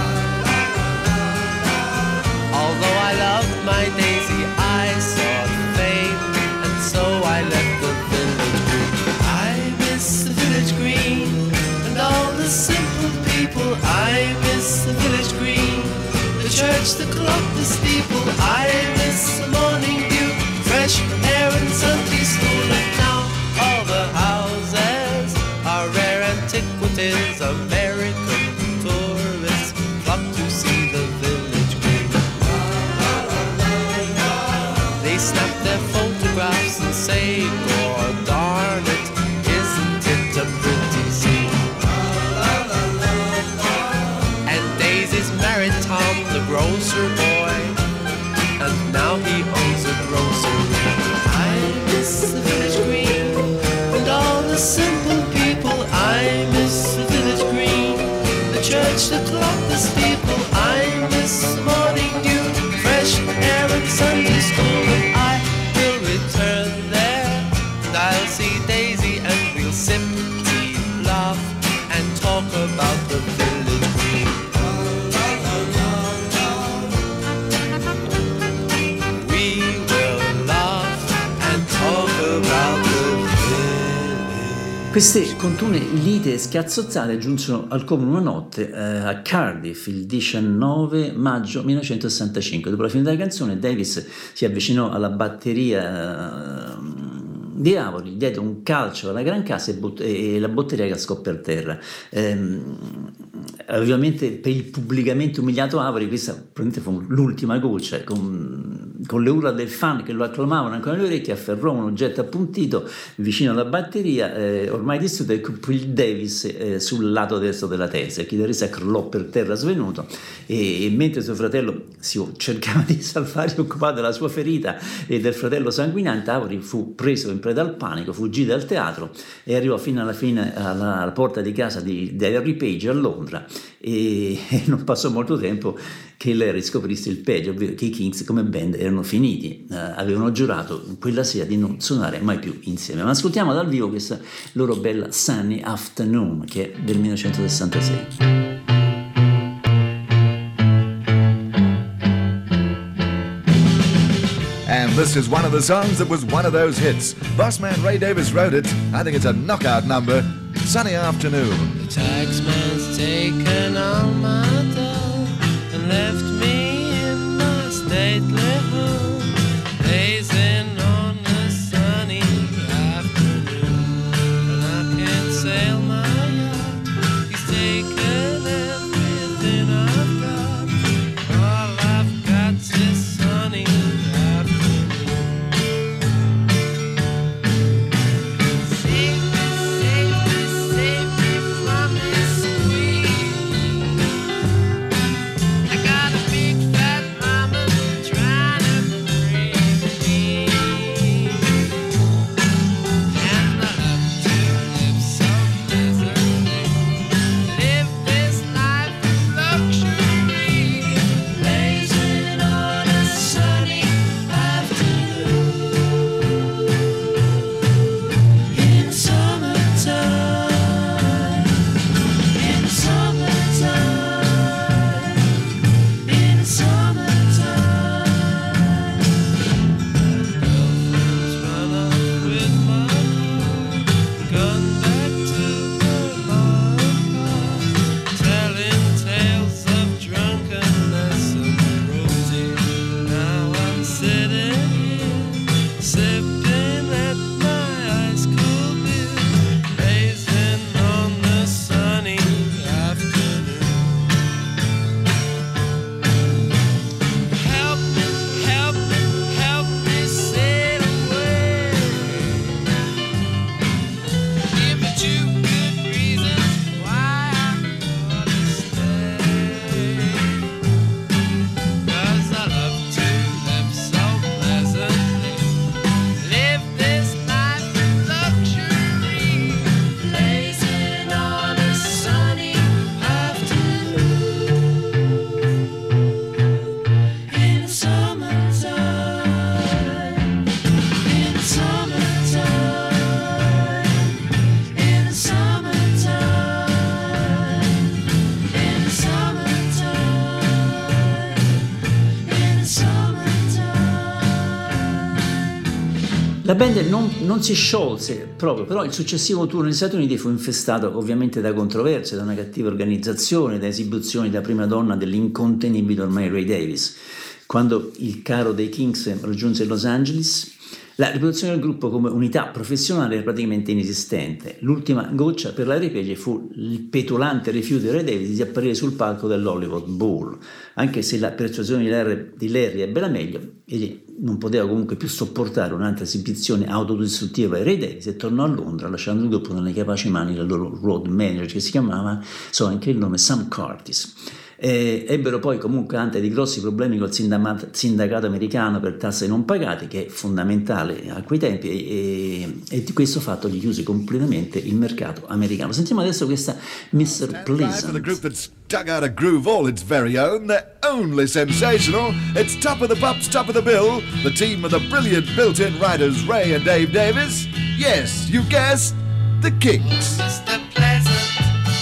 Although I loved my Daisy, I saw fame, and so I left the village green. I miss the village green and all the simple people. I miss the village green, the church, the clock, the steeple. I miss the morning dew, fresh air and Sunday school. And now all the houses are rare antiquities. American tourists flock to see the village green. They snap their photographs and say, "Oh, darn it, isn't it a pretty scene?" And Daisy's married Tom, the grocer boy, and now he owns a grocery. I miss the village green and all the simple people. I miss the village green, the church, the clock, the steeple. I miss the morning dew, fresh air and Sunday school. And I will return there, and I'll see Daisy, and we'll sip tea, laugh, and talk about the village green. We will laugh and talk about the village. Queste continue lite scazzozzate giunsero al comune una notte a Cardiff il 19 maggio 1965. Dopo la fine della canzone, Davis si avvicinò alla batteria di Avori, diede un calcio alla gran cassa e la batteria cascò per terra. Ovviamente per il pubblicamente umiliato Avori questa probabilmente fu l'ultima goccia. Con le urla del fan che lo acclamavano ancora alle orecchie, afferrò un oggetto appuntito vicino alla batteria ormai distrutta e colpì il Davis sul lato destro della testa. Il chitarrista crollò per terra svenuto e mentre suo fratello cercava di salvare, occupato della sua ferita e del fratello sanguinante, Avori fu preso in preda al panico, fuggì dal teatro e arrivò fino alla fine alla porta di casa di Harry Page a Londra e non passò molto tempo che Larry scoprisse il peggio, ovvero che i Kings come band erano finiti, avevano giurato quella sera di non suonare mai più insieme. Ma ascoltiamo dal vivo questa loro bella Sunny Afternoon che è del 1966. And this is one of the songs that was one of those hits. Bossman Ray Davis wrote it. I think it's a knockout number. Sunny Afternoon. The taxman's taken all my dough and left me in my stately home, gazing on the sunny afternoon. And I can't sail my yacht. He's taken everything I've got. All I've got's this sunny afternoon. Save me from this squeeze. I got a big fat mama trying La band non si sciolse proprio, però il successivo tour negli Stati Uniti fu infestato ovviamente da controversie, da una cattiva organizzazione, da esibizioni da prima donna dell'incontenibile ormai Ray Davies. Quando il carro dei Kinks raggiunse Los Angeles, la reputazione del gruppo come unità professionale era praticamente inesistente. L'ultima goccia per la Repage fu il petulante rifiuto di Ray Davies di apparire sul palco dell'Hollywood Bowl. Anche se la persuasione di Larry ebbe la meglio, egli non poteva comunque più sopportare un'altra esibizione autodistruttiva di Ray Davies e tornò a Londra lasciando il gruppo nelle capaci mani del loro road manager, che si chiamava, so anche il nome, Sam Curtis. Ebbero poi comunque anche dei grossi problemi col sindacato americano per tasse non pagate, che è fondamentale a quei tempi, e di questo fatto gli chiuse completamente il mercato americano. Sentiamo adesso questa Mr. Pleasant. For the group that's dug out a groove all its very own, they're only sensational. It's top of the pops, top of the bill. The team of the brilliant built-in writers Ray and Dave Davies. Yes, you guessed, the Kinks. Mr. Pleasant,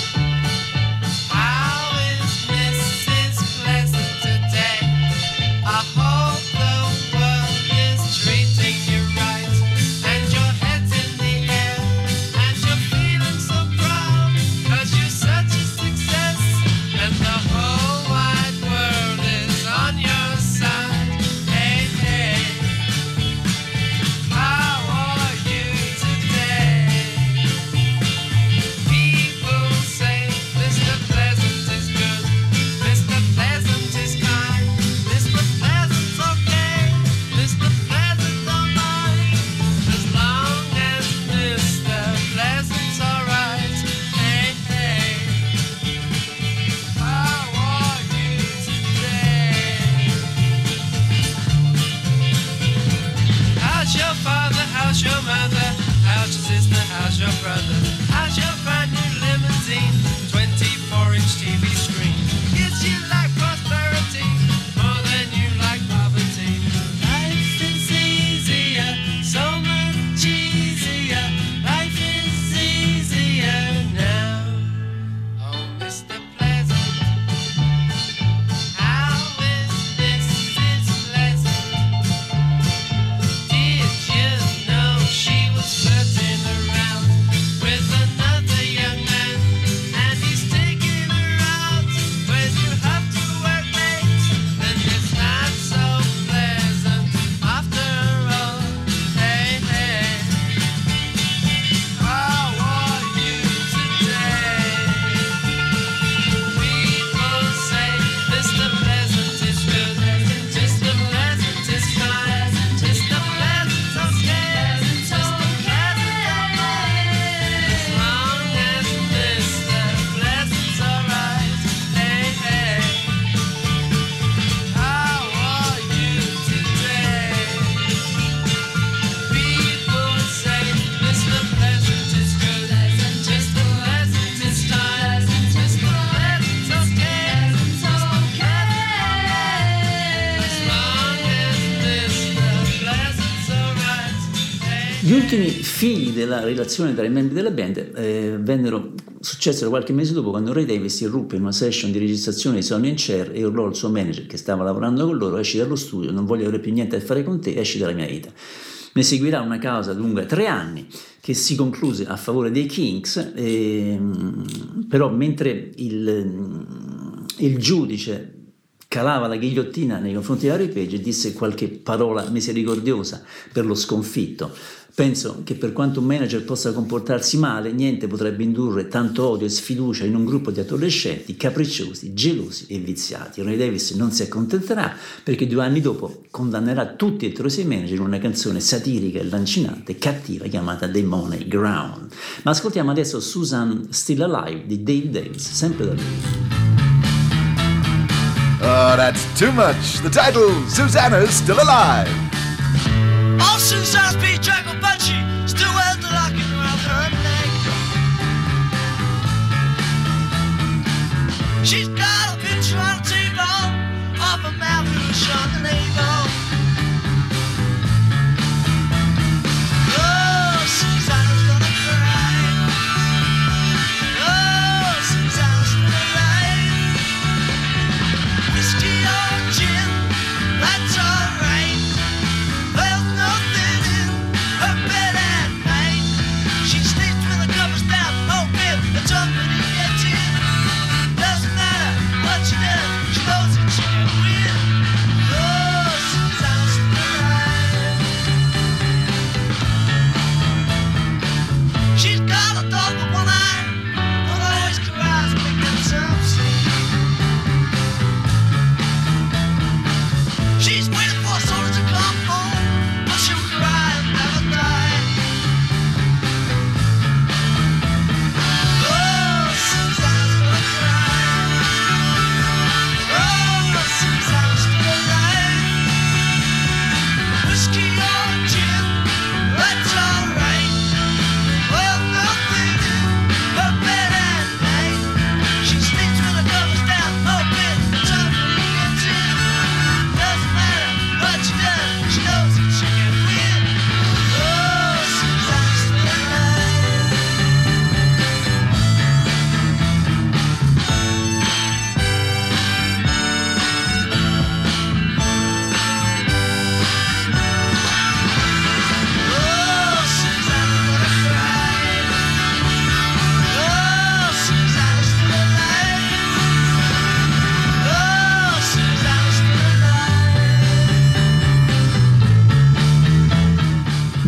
how is Mrs. Pleasant today? I hope the world is treating you right, and your head's in the air, and you're feeling so proud, 'cause you're such a success, and the whole wide world is on your side. Hey, hey, how are you today? People say Mr. Pleasant is good, Mr. Pleasant is kind, Mr. Pleasant's okay, Mr. Pleasant don't mind, as long as Mr. Pleasant's alright. Hey, hey, how are you today? How's your father? How's your mother? How's your sister? How's your brother? How's your brand new limousine? 24-inch TV screen. Yes, you like prosperity more than you like poverty. Life is easier, so much easier. Life is easier now. Oh, Mr. Pleasant, how is Mrs. Pleasant? Did you know she was flirting around with another young man, and he's taking her out when you have to work late? Then it's not so pleasant after all. Hey, hey, how are you today? People say Mr. Pleasant is good, Mr. Pleasant is kind, Mr. Pleasant's okay, Mr. Pleasant don't mind, as long as Mr. Pleasant's alright. Hey, hey, how are you today? People say Mr. Pleasant is good, Mr. Pleasant is kind, Mr. Pleasant's okay, Mr. Pleasant, as long as Mr. Pleasant's alright. Gli ultimi figli della relazione tra i membri della band successero qualche mese dopo, quando Ray Davies si irruppe in una session di registrazione di Sonny and Cher e urlò al suo manager, che stava lavorando con loro: esci dallo studio, non voglio avere più niente a fare con te, esci dalla mia vita. Ne seguirà una causa lunga 3 anni che si concluse a favore dei Kinks, però mentre il giudice calava la ghigliottina nei confronti di Larry Page e disse qualche parola misericordiosa per lo sconfitto. Penso che per quanto un manager possa comportarsi male, niente potrebbe indurre tanto odio e sfiducia in un gruppo di adolescenti capricciosi, gelosi e viziati. Ray Davies non si accontenterà, perché 2 anni dopo condannerà tutti e 3 i suoi manager in una canzone satirica e lancinante, cattiva, chiamata The Money Ground. Ma ascoltiamo adesso Susan Still Alive di Dave Davies, sempre da lui. Oh, that's too much. The title, Susanna's Still Alive. Oh, Susan's been draggled, but she still wears the locket around her neck. She's got a picture on the table of a man who's shot the label. Oh, Susanna's gonna cry. Oh, Susanna's still alive. Whiskey or gin, that's alright. There's nothing in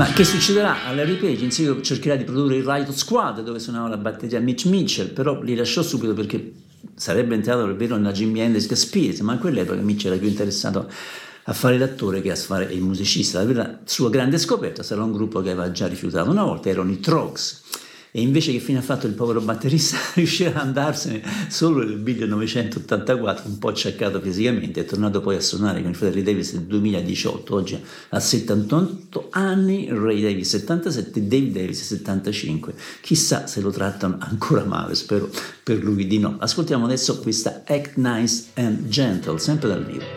Ma che succederà? A Larry Page in seguito cercherà di produrre il Riot Squad, dove suonava la batteria Mitch Mitchell, però li lasciò subito perché sarebbe entrato per vero nella Jimi Hendrix Experience, ma a quell'epoca Mitchell era più interessato a fare l'attore che a fare il musicista. La vera sua grande scoperta sarà un gruppo che aveva già rifiutato una volta, erano i Trogs. E invece che fine ha fatto il povero batterista riuscirà ad andarsene solo nel 1984, un po' acciaccato fisicamente, è tornato poi a suonare con i fratelli Davis nel 2018, oggi ha 78 anni, Ray Davis 77, Dave Davis 75, chissà se lo trattano ancora male, spero per lui di no. Ascoltiamo adesso questa Act Nice and Gentle, sempre dal vivo.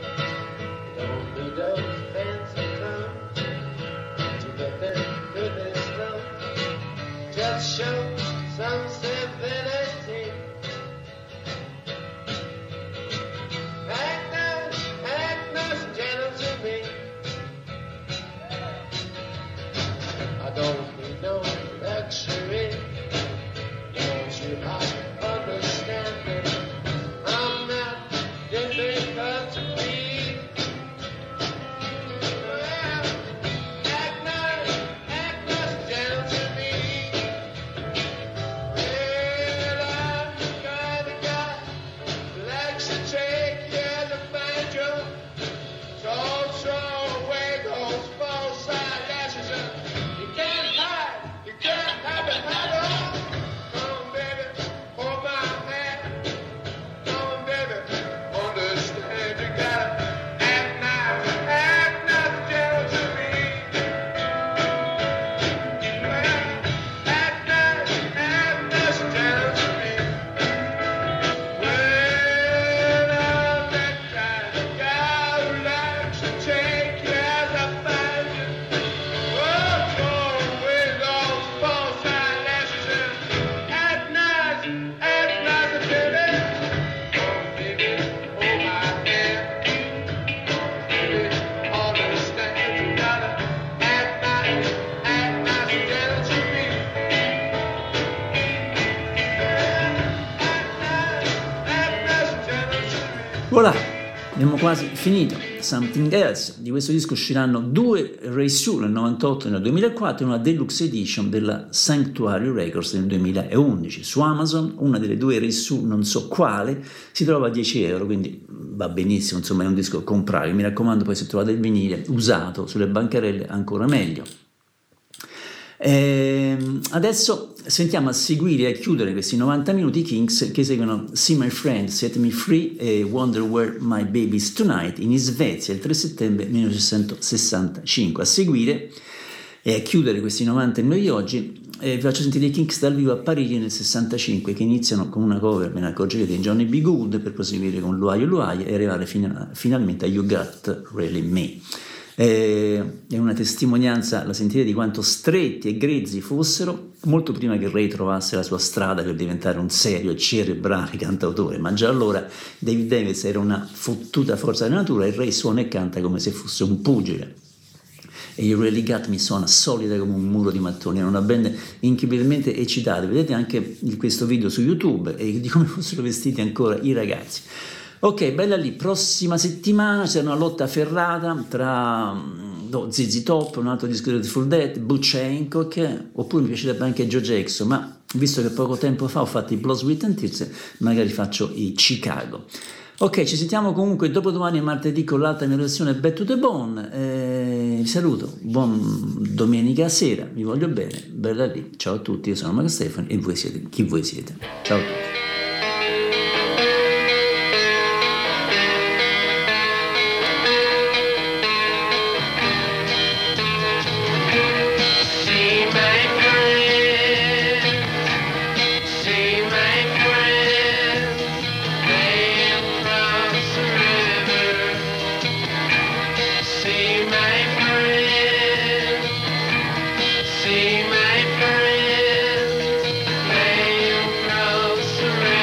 Voilà, abbiamo quasi finito. Something Else. Di questo disco usciranno 2 reissue nel 98 e nel 2004 e una deluxe edition della Sanctuary Records nel 2011. Su Amazon una delle 2 reissue, non so quale, si trova a €10, quindi va benissimo, insomma è un disco comprare. Mi raccomando, poi se trovate il vinile usato sulle bancarelle ancora meglio. Adesso sentiamo a seguire e a chiudere questi 90 minuti Kings, che seguono See My Friend, Set Me Free e Wonder Where My Baby Is Tonight in Svezia il 3 settembre 1965. A seguire e a chiudere questi 90 minuti di oggi vi faccio sentire i Kings dal vivo a Parigi nel 65, che iniziano con una cover, me ne accorgerete, in Johnny B. Good, per proseguire con Luaio Luaio e arrivare finalmente a You Got Really Me. È una testimonianza, la sentite, di quanto stretti e grezzi fossero molto prima che Ray trovasse la sua strada per diventare un serio e cerebrale cantautore, ma già allora David Davis era una fottuta forza della natura e Ray suona e canta come se fosse un pugile. E You Really Got Me suona solida come un muro di mattoni. È una band incredibilmente eccitata, vedete anche questo video su YouTube e di come fossero vestiti ancora i ragazzi. Ok, bella lì, prossima settimana c'è una lotta ferrata tra ZZ Top, un altro disco di Grateful Dead, Butch Hancock, oppure mi piacerebbe anche Joe Jackson, ma visto che poco tempo fa ho fatto i Blood, Sweat and Tears, magari faccio i Chicago. Ok, ci sentiamo comunque dopodomani e martedì con l'altra mia versione Back to the Bone. Vi saluto, buon domenica sera, vi voglio bene, bella lì, ciao a tutti, io sono Marco Stefani e voi siete chi voi siete. Ciao a tutti. See my friend laying across the river.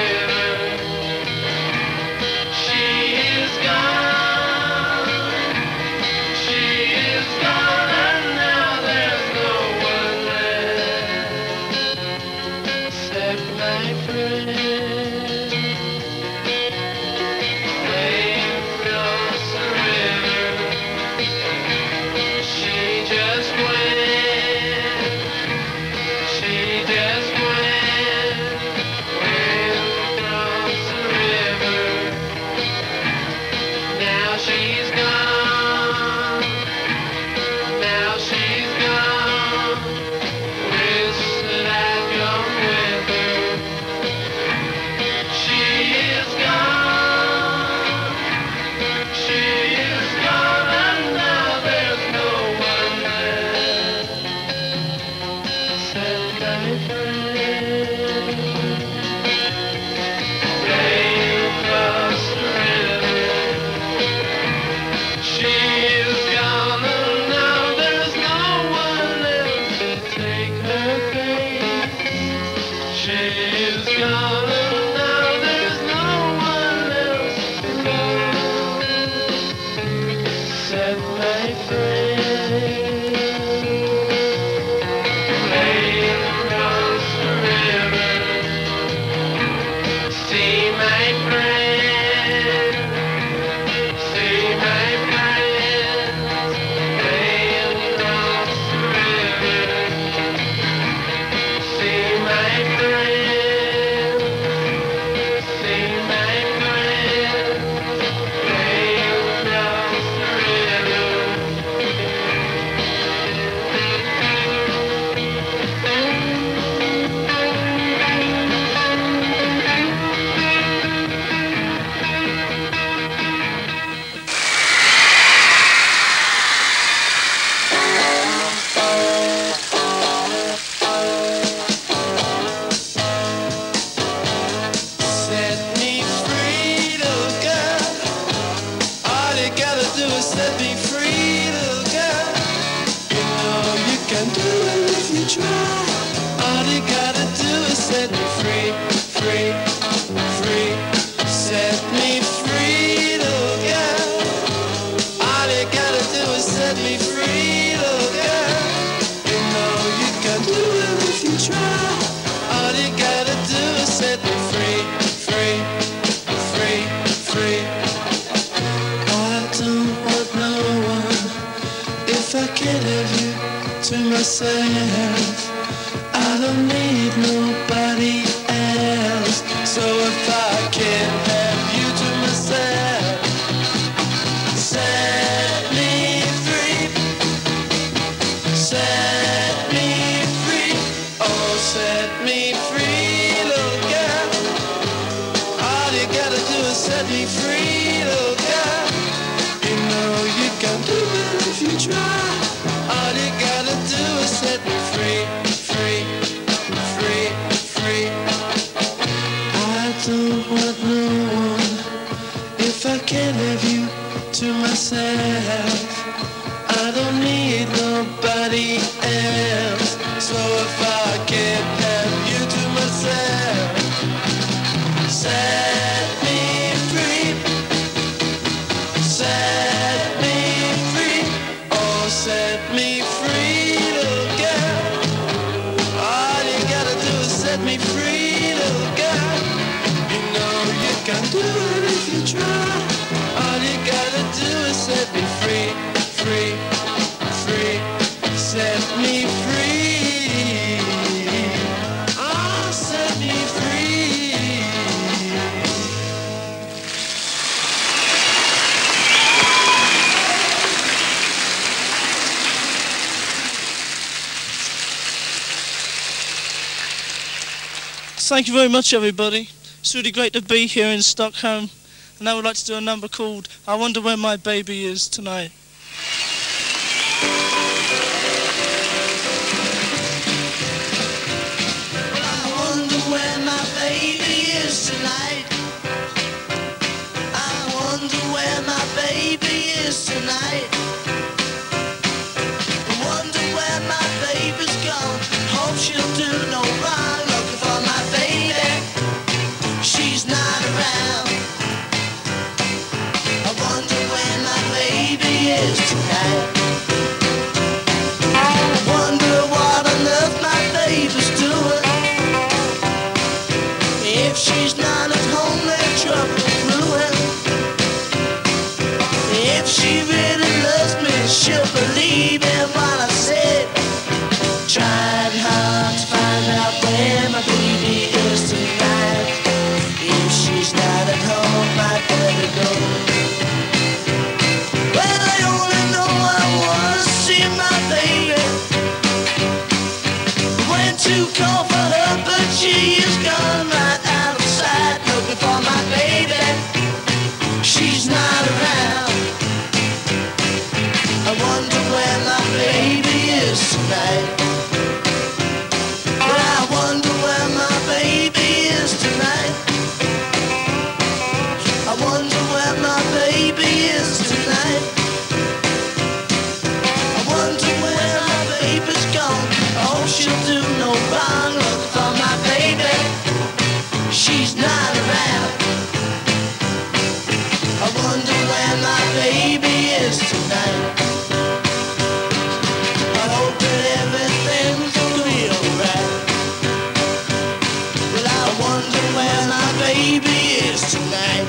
try. All you gotta do is set me free, free, free. Set me free, little girl. All you gotta do is set me free, little girl. You know you can do it if you try. All you gotta do is set me free, free, free, free. I don't want no one if I can't have you to myself. I don't need nobody else. So if I can't have you to myself, set me free, set me free, oh set me free, little girl. All you gotta do is set me free, little girl. You know you can do it if you try. All you gotta do is set me free, free, free, free. I don't want no one if I can't have you to myself. I don't need nobody else. So if I can't have you to myself, set me free, set me free, oh set me free, little girl. All you gotta do is set me free, little girl. You know you can do it if you try. All you gotta do is set me free, free, free, set me free. Oh, set me free. Thank you very much, everybody. It's really great to be here in Stockholm, and I would like to do a number called I Wonder Where My Baby Is Tonight. I wonder where my baby is tonight. I wonder where my baby is tonight. I wonder where my baby's gone. Hope she'll do no wrong. Looking for my baby. She's not around. I wonder where my baby is tonight. I wonder what on earth my baby's doing. If she's not at home, there's trouble brewing. If she really loves me, she'll believe in what I said. Tried hard to find out where my baby is tonight. If she's not at home, I'd better go. Well, I only know I wanna see my baby. Went to call for her, but she is gone right out of sight. Looking for my baby, she's not around. I wonder where my baby is tonight. Well, I wonder where my baby is tonight. I wonder where my baby is tonight. I wonder where my baby's gone. I hope she'll do no wrong. Look for my baby. She's not around. I wonder where my baby is tonight. I hope that everything's gonna be alright. Well, I wonder where my baby is tonight.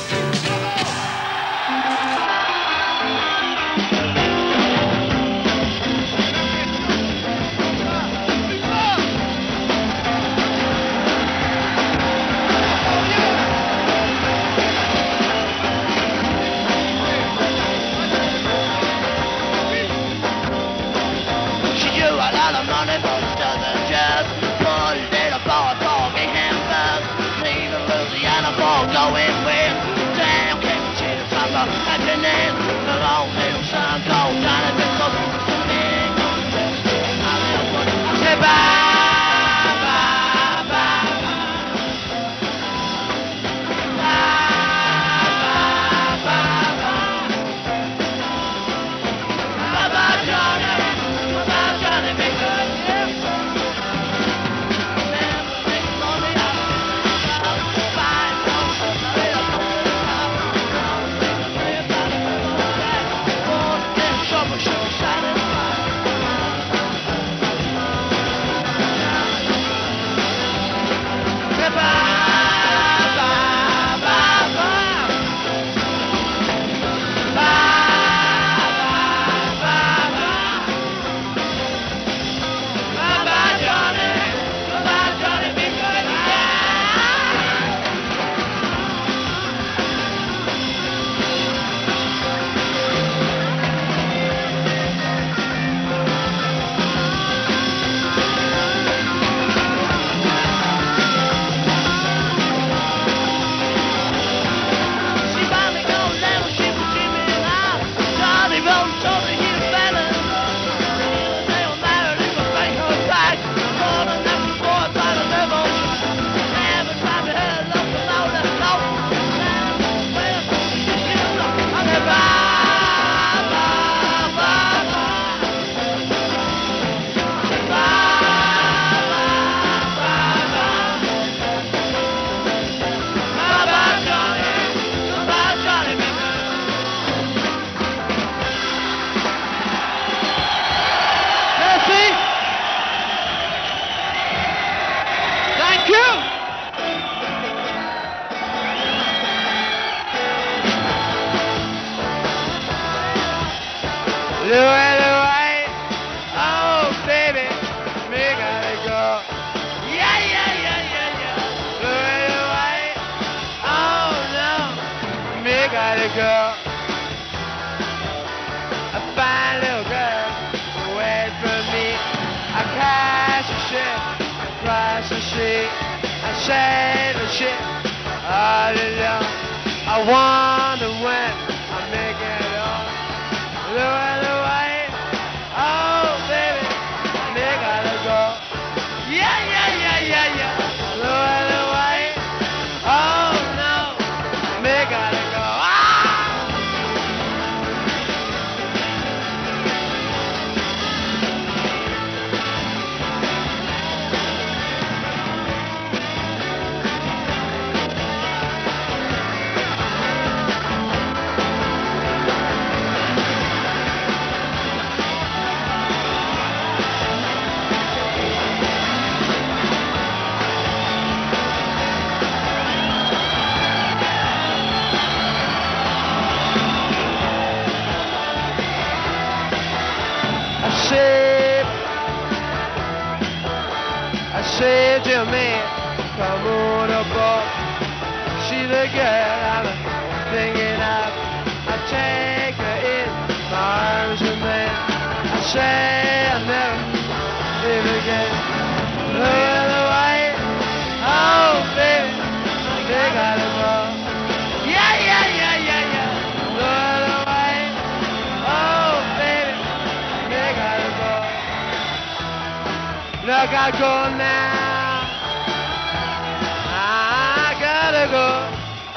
She drew a lot of money from Southern jobs. One little boy talking hamburgers. Leaving Louisiana for going west. Damn, can't you see the summer happening? The long little son called Jonathan Cook. Say bye, bye, bye, bye, bye, bye, Johnny. Bye, Johnny, be good. I should be satisfied. Girl, a fine little girl, wait for me. I catch a ship across the sea. I sail the ship all alone. I wonder when I make it home. Look at the way, oh baby, they gotta go. Yeah, yeah, yeah, yeah, yeah. Look at the way, oh no, they gotta go. I said to me, come on aboard. See the girl I'm thinking of. I take her in my arms and then I say I'll never live again. Look at the way, oh baby, they gotta go. Yeah, yeah, yeah, yeah, yeah. Look at the way, oh baby, they gotta go. Look, I go now. I gotta go.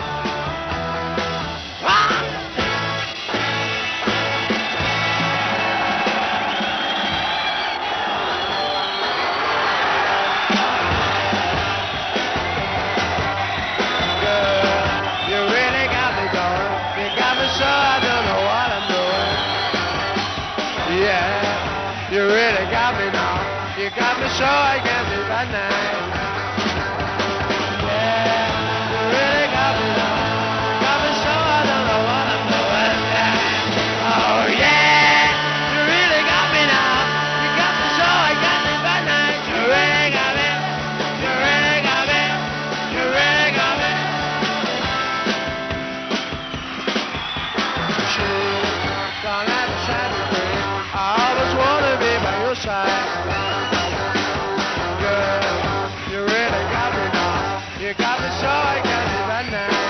So I don't know what I'm doing. Yeah, you really got me now. You got me so I can't sleep at night. Yeah, you really got me now. You got me so I don't know what I'm doing. Yeah. Oh yeah, you really got me now. You got me so I can't sleep at night. You really got me. You really got me. You really got me. Don't have a sad dream. I always wanna be by your side. Girl, you really got me now. You got me so I can't live at night.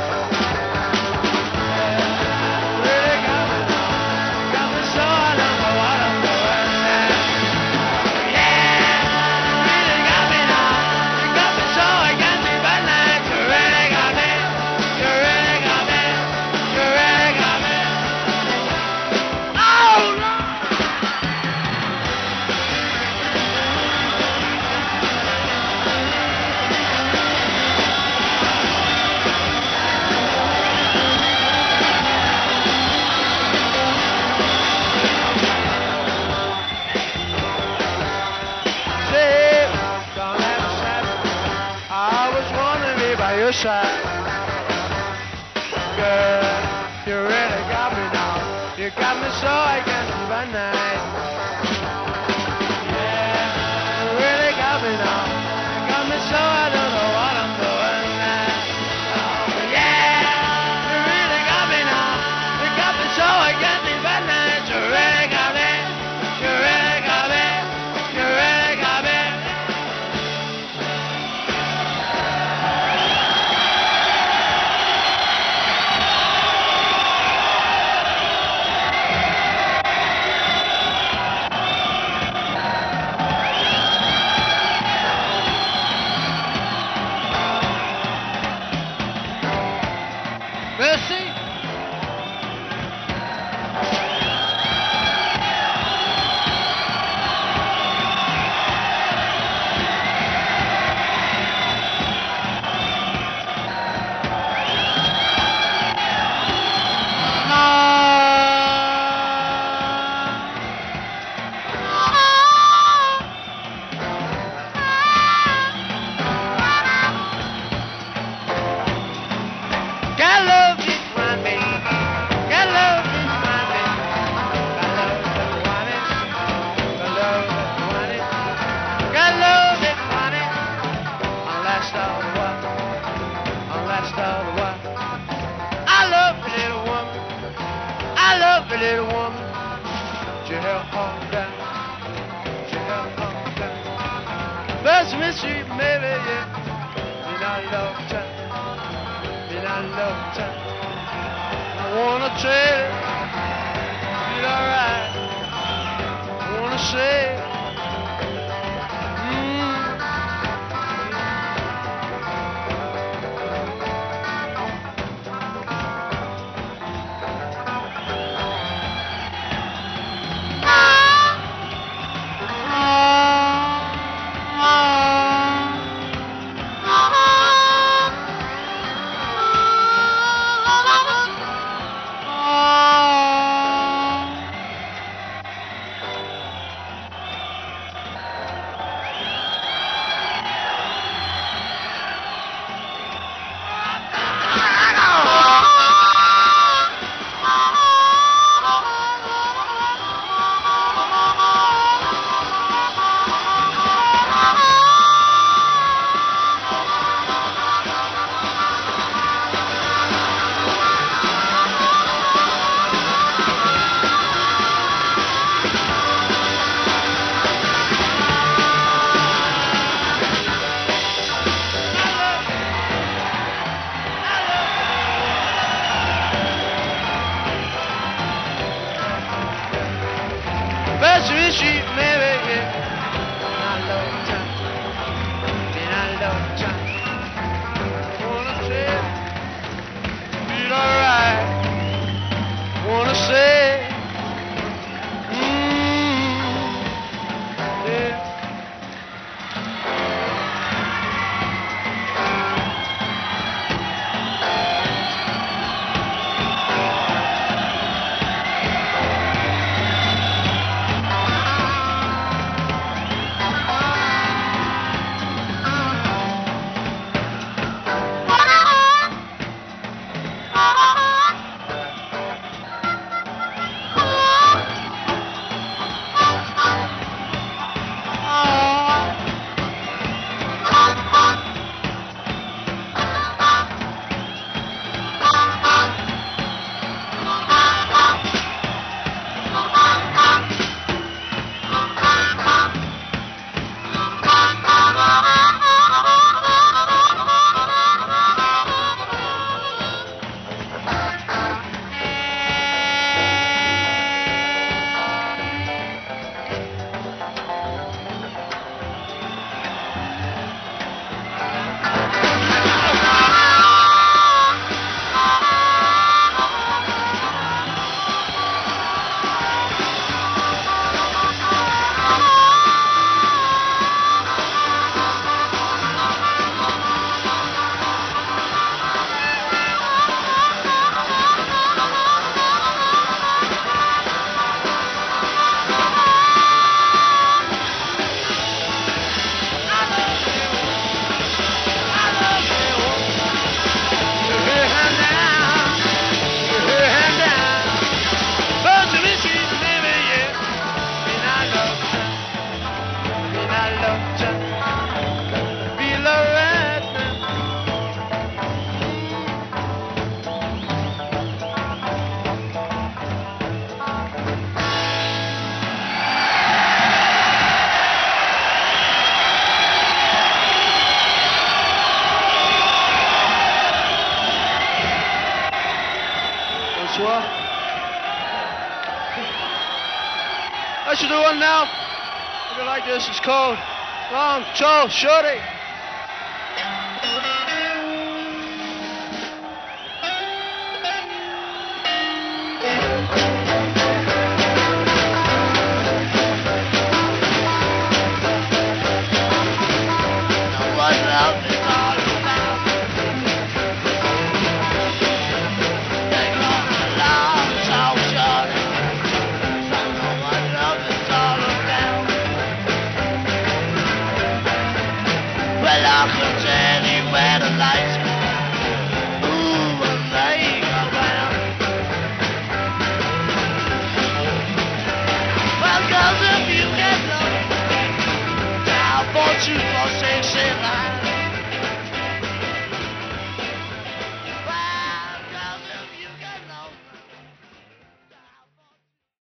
Yeah, you really got me now. You got me so I don't know what I'm doing now. Yeah, you really got me now. You got me so I can't live at night. You really got me. You really got me. You really got me. Oh no! side. Girl, you really got me now. You got me so I can't sleep at night. Yeah, you really got me now. You got me so I don't know what I'm doing now. Oh, yeah, you really got me now. You got me so I can't sleep at night. You really got me. You really got me. You really got me. Merci. Got love is my baby. Got love is my baby. Got love is money. Got love is money. Got love is money. Unless all the while. Unless all the while. I love a little woman. I love a little woman. She held on down. She held on down. Best miss you, maybe, yeah. You know, love time. I love time. I wanna tell it, feel alright. I wanna say, best wish you maybe, yeah. I love time. I love time. Wanna say, feel alright. Wanna say, yeah. I should do one now. If you like this, it's called Long Tall Shorty. Two, 4, 6, 7, 9.